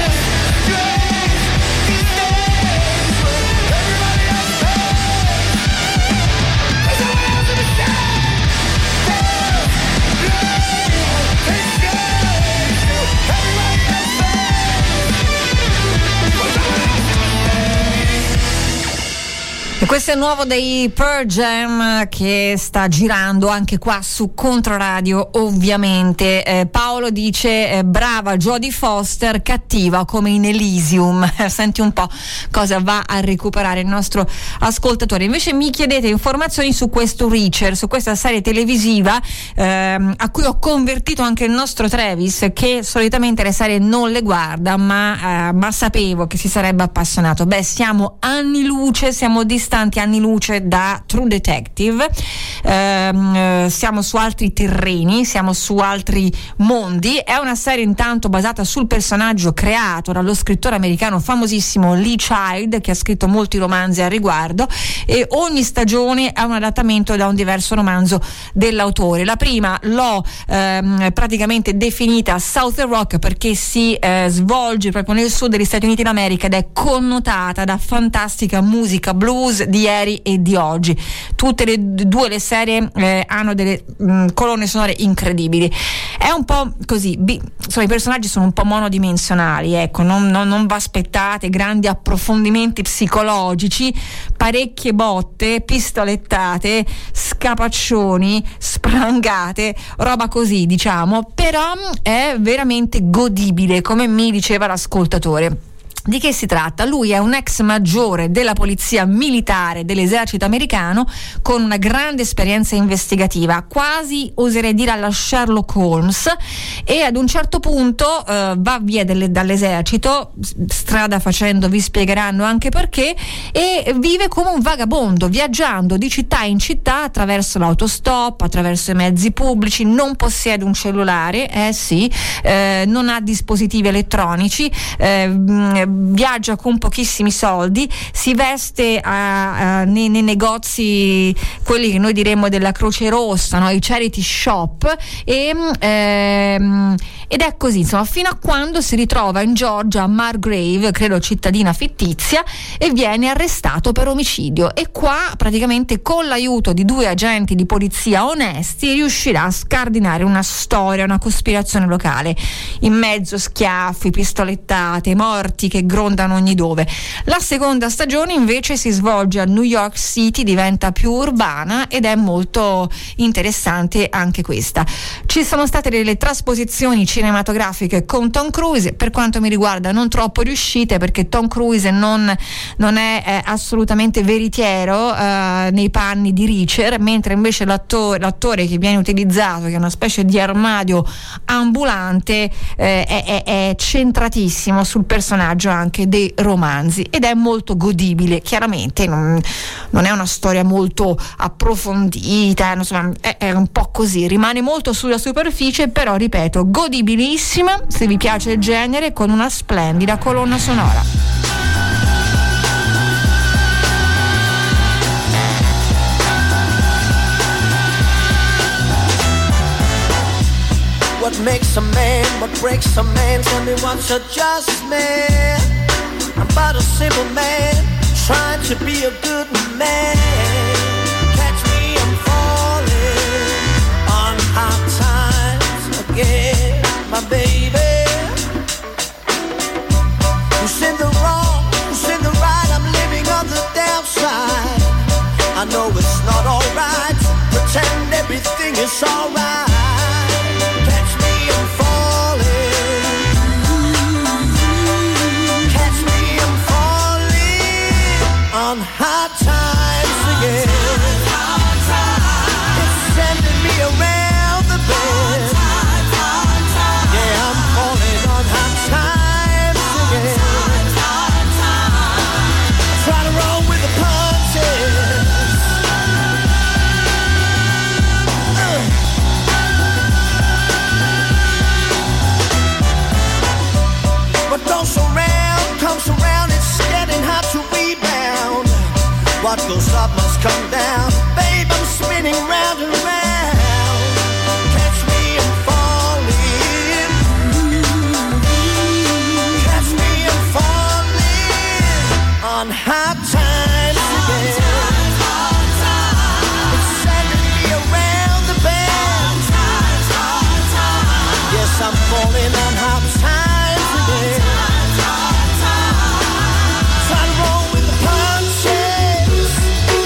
Questo è il nuovo dei Pearl Jam che sta girando anche qua su Controradio, ovviamente. Paolo dice brava Jodie Foster, cattiva come in Elysium. Senti un po' cosa va a recuperare il nostro ascoltatore. Invece mi chiedete informazioni su questo Reacher, su questa serie televisiva a cui ho convertito anche il nostro Travis, che solitamente le serie non le guarda, ma sapevo che si sarebbe appassionato. Beh, siamo anni luce, siamo distanti anni luce da True Detective, siamo su altri terreni, siamo su altri mondi. È una serie intanto basata sul personaggio creato dallo scrittore americano famosissimo Lee Child, che ha scritto molti romanzi al riguardo, e ogni stagione è un adattamento da un diverso romanzo dell'autore. La prima l'ho praticamente definita Southern Rock perché si svolge proprio nel sud degli Stati Uniti d'America ed è connotata da fantastica musica blues di ieri e di oggi. Tutte e due le serie hanno delle colonne sonore incredibili. È un po' così, insomma, i personaggi sono un po' monodimensionali, ecco, non vi aspettate grandi approfondimenti psicologici, parecchie botte, pistolettate, scapaccioni, sprangate, roba così, diciamo, però è veramente godibile, come mi diceva l'ascoltatore. Di che si tratta? Lui è un ex maggiore della polizia militare dell'esercito americano con una grande esperienza investigativa, quasi oserei dire alla Sherlock Holmes, e ad un certo punto va via dall'esercito, strada facendo vi spiegheranno anche perché, e vive come un vagabondo, viaggiando di città in città attraverso l'autostop, attraverso i mezzi pubblici, non possiede un cellulare, non ha dispositivi elettronici, viaggia con pochissimi soldi, si veste nei negozi, quelli che noi diremmo della Croce Rossa, no? I charity shop, ed è così, insomma, fino a quando si ritrova in Georgia a Margrave, credo cittadina fittizia, e viene arrestato per omicidio. E qua praticamente con l'aiuto di due agenti di polizia onesti riuscirà a scardinare una storia, una cospirazione locale. In mezzo schiaffi, pistolettate, morti che grondano ogni dove. La seconda stagione invece si svolge a New York City, diventa più urbana ed è molto interessante anche questa. Ci sono state delle trasposizioni cinematografiche con Tom Cruise, per quanto mi riguarda non troppo riuscite, perché Tom Cruise non è assolutamente veritiero nei panni di Reacher, mentre invece l'attore che viene utilizzato, che è una specie di armadio ambulante, è centratissimo sul personaggio anche dei romanzi ed è molto godibile. Chiaramente non è una storia molto approfondita, insomma, è un po' così, rimane molto sulla superficie, però ripeto, godibilissima se vi piace il genere, con una splendida colonna sonora. What makes a man, what breaks a man? Tell me what's a just man? I'm but a simple man, trying to be a good man. Catch me, I'm falling on hard times again, my baby. Who's in the wrong, who's in the right? I'm living on the downside. I know it's not alright, pretend everything is alright. On hard times again, it's sending me around the bend. Yeah, I'm falling on hard times again. Try to roll with the punches. What goes around comes around. It's getting hard to rebound. What goes up must come down. Babe, I'm spinning round and round. Catch me, I'm falling. Catch me, I'm falling on hard times again. It's sending me around the bend. Yes, I'm falling on hard times again. Try to roll with the punches.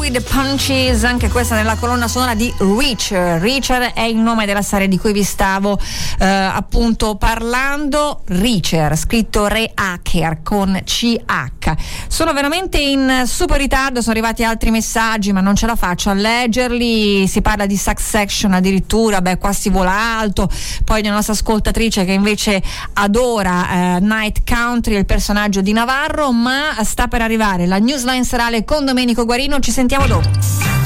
with the Punches, anche questa nella colonna sonora di Reacher. Reacher è il nome della serie di cui vi stavo appunto parlando. Reacher, scritto Reacher con CH. Sono veramente in super ritardo, sono arrivati altri messaggi ma non ce la faccio a leggerli. Si parla di Succession addirittura, beh qua si vola alto. Poi la nostra ascoltatrice che invece adora Night Country, il personaggio di Navarro, ma sta per arrivare la newsline serale con Domenico Guarino. Ci sentiamo dopo.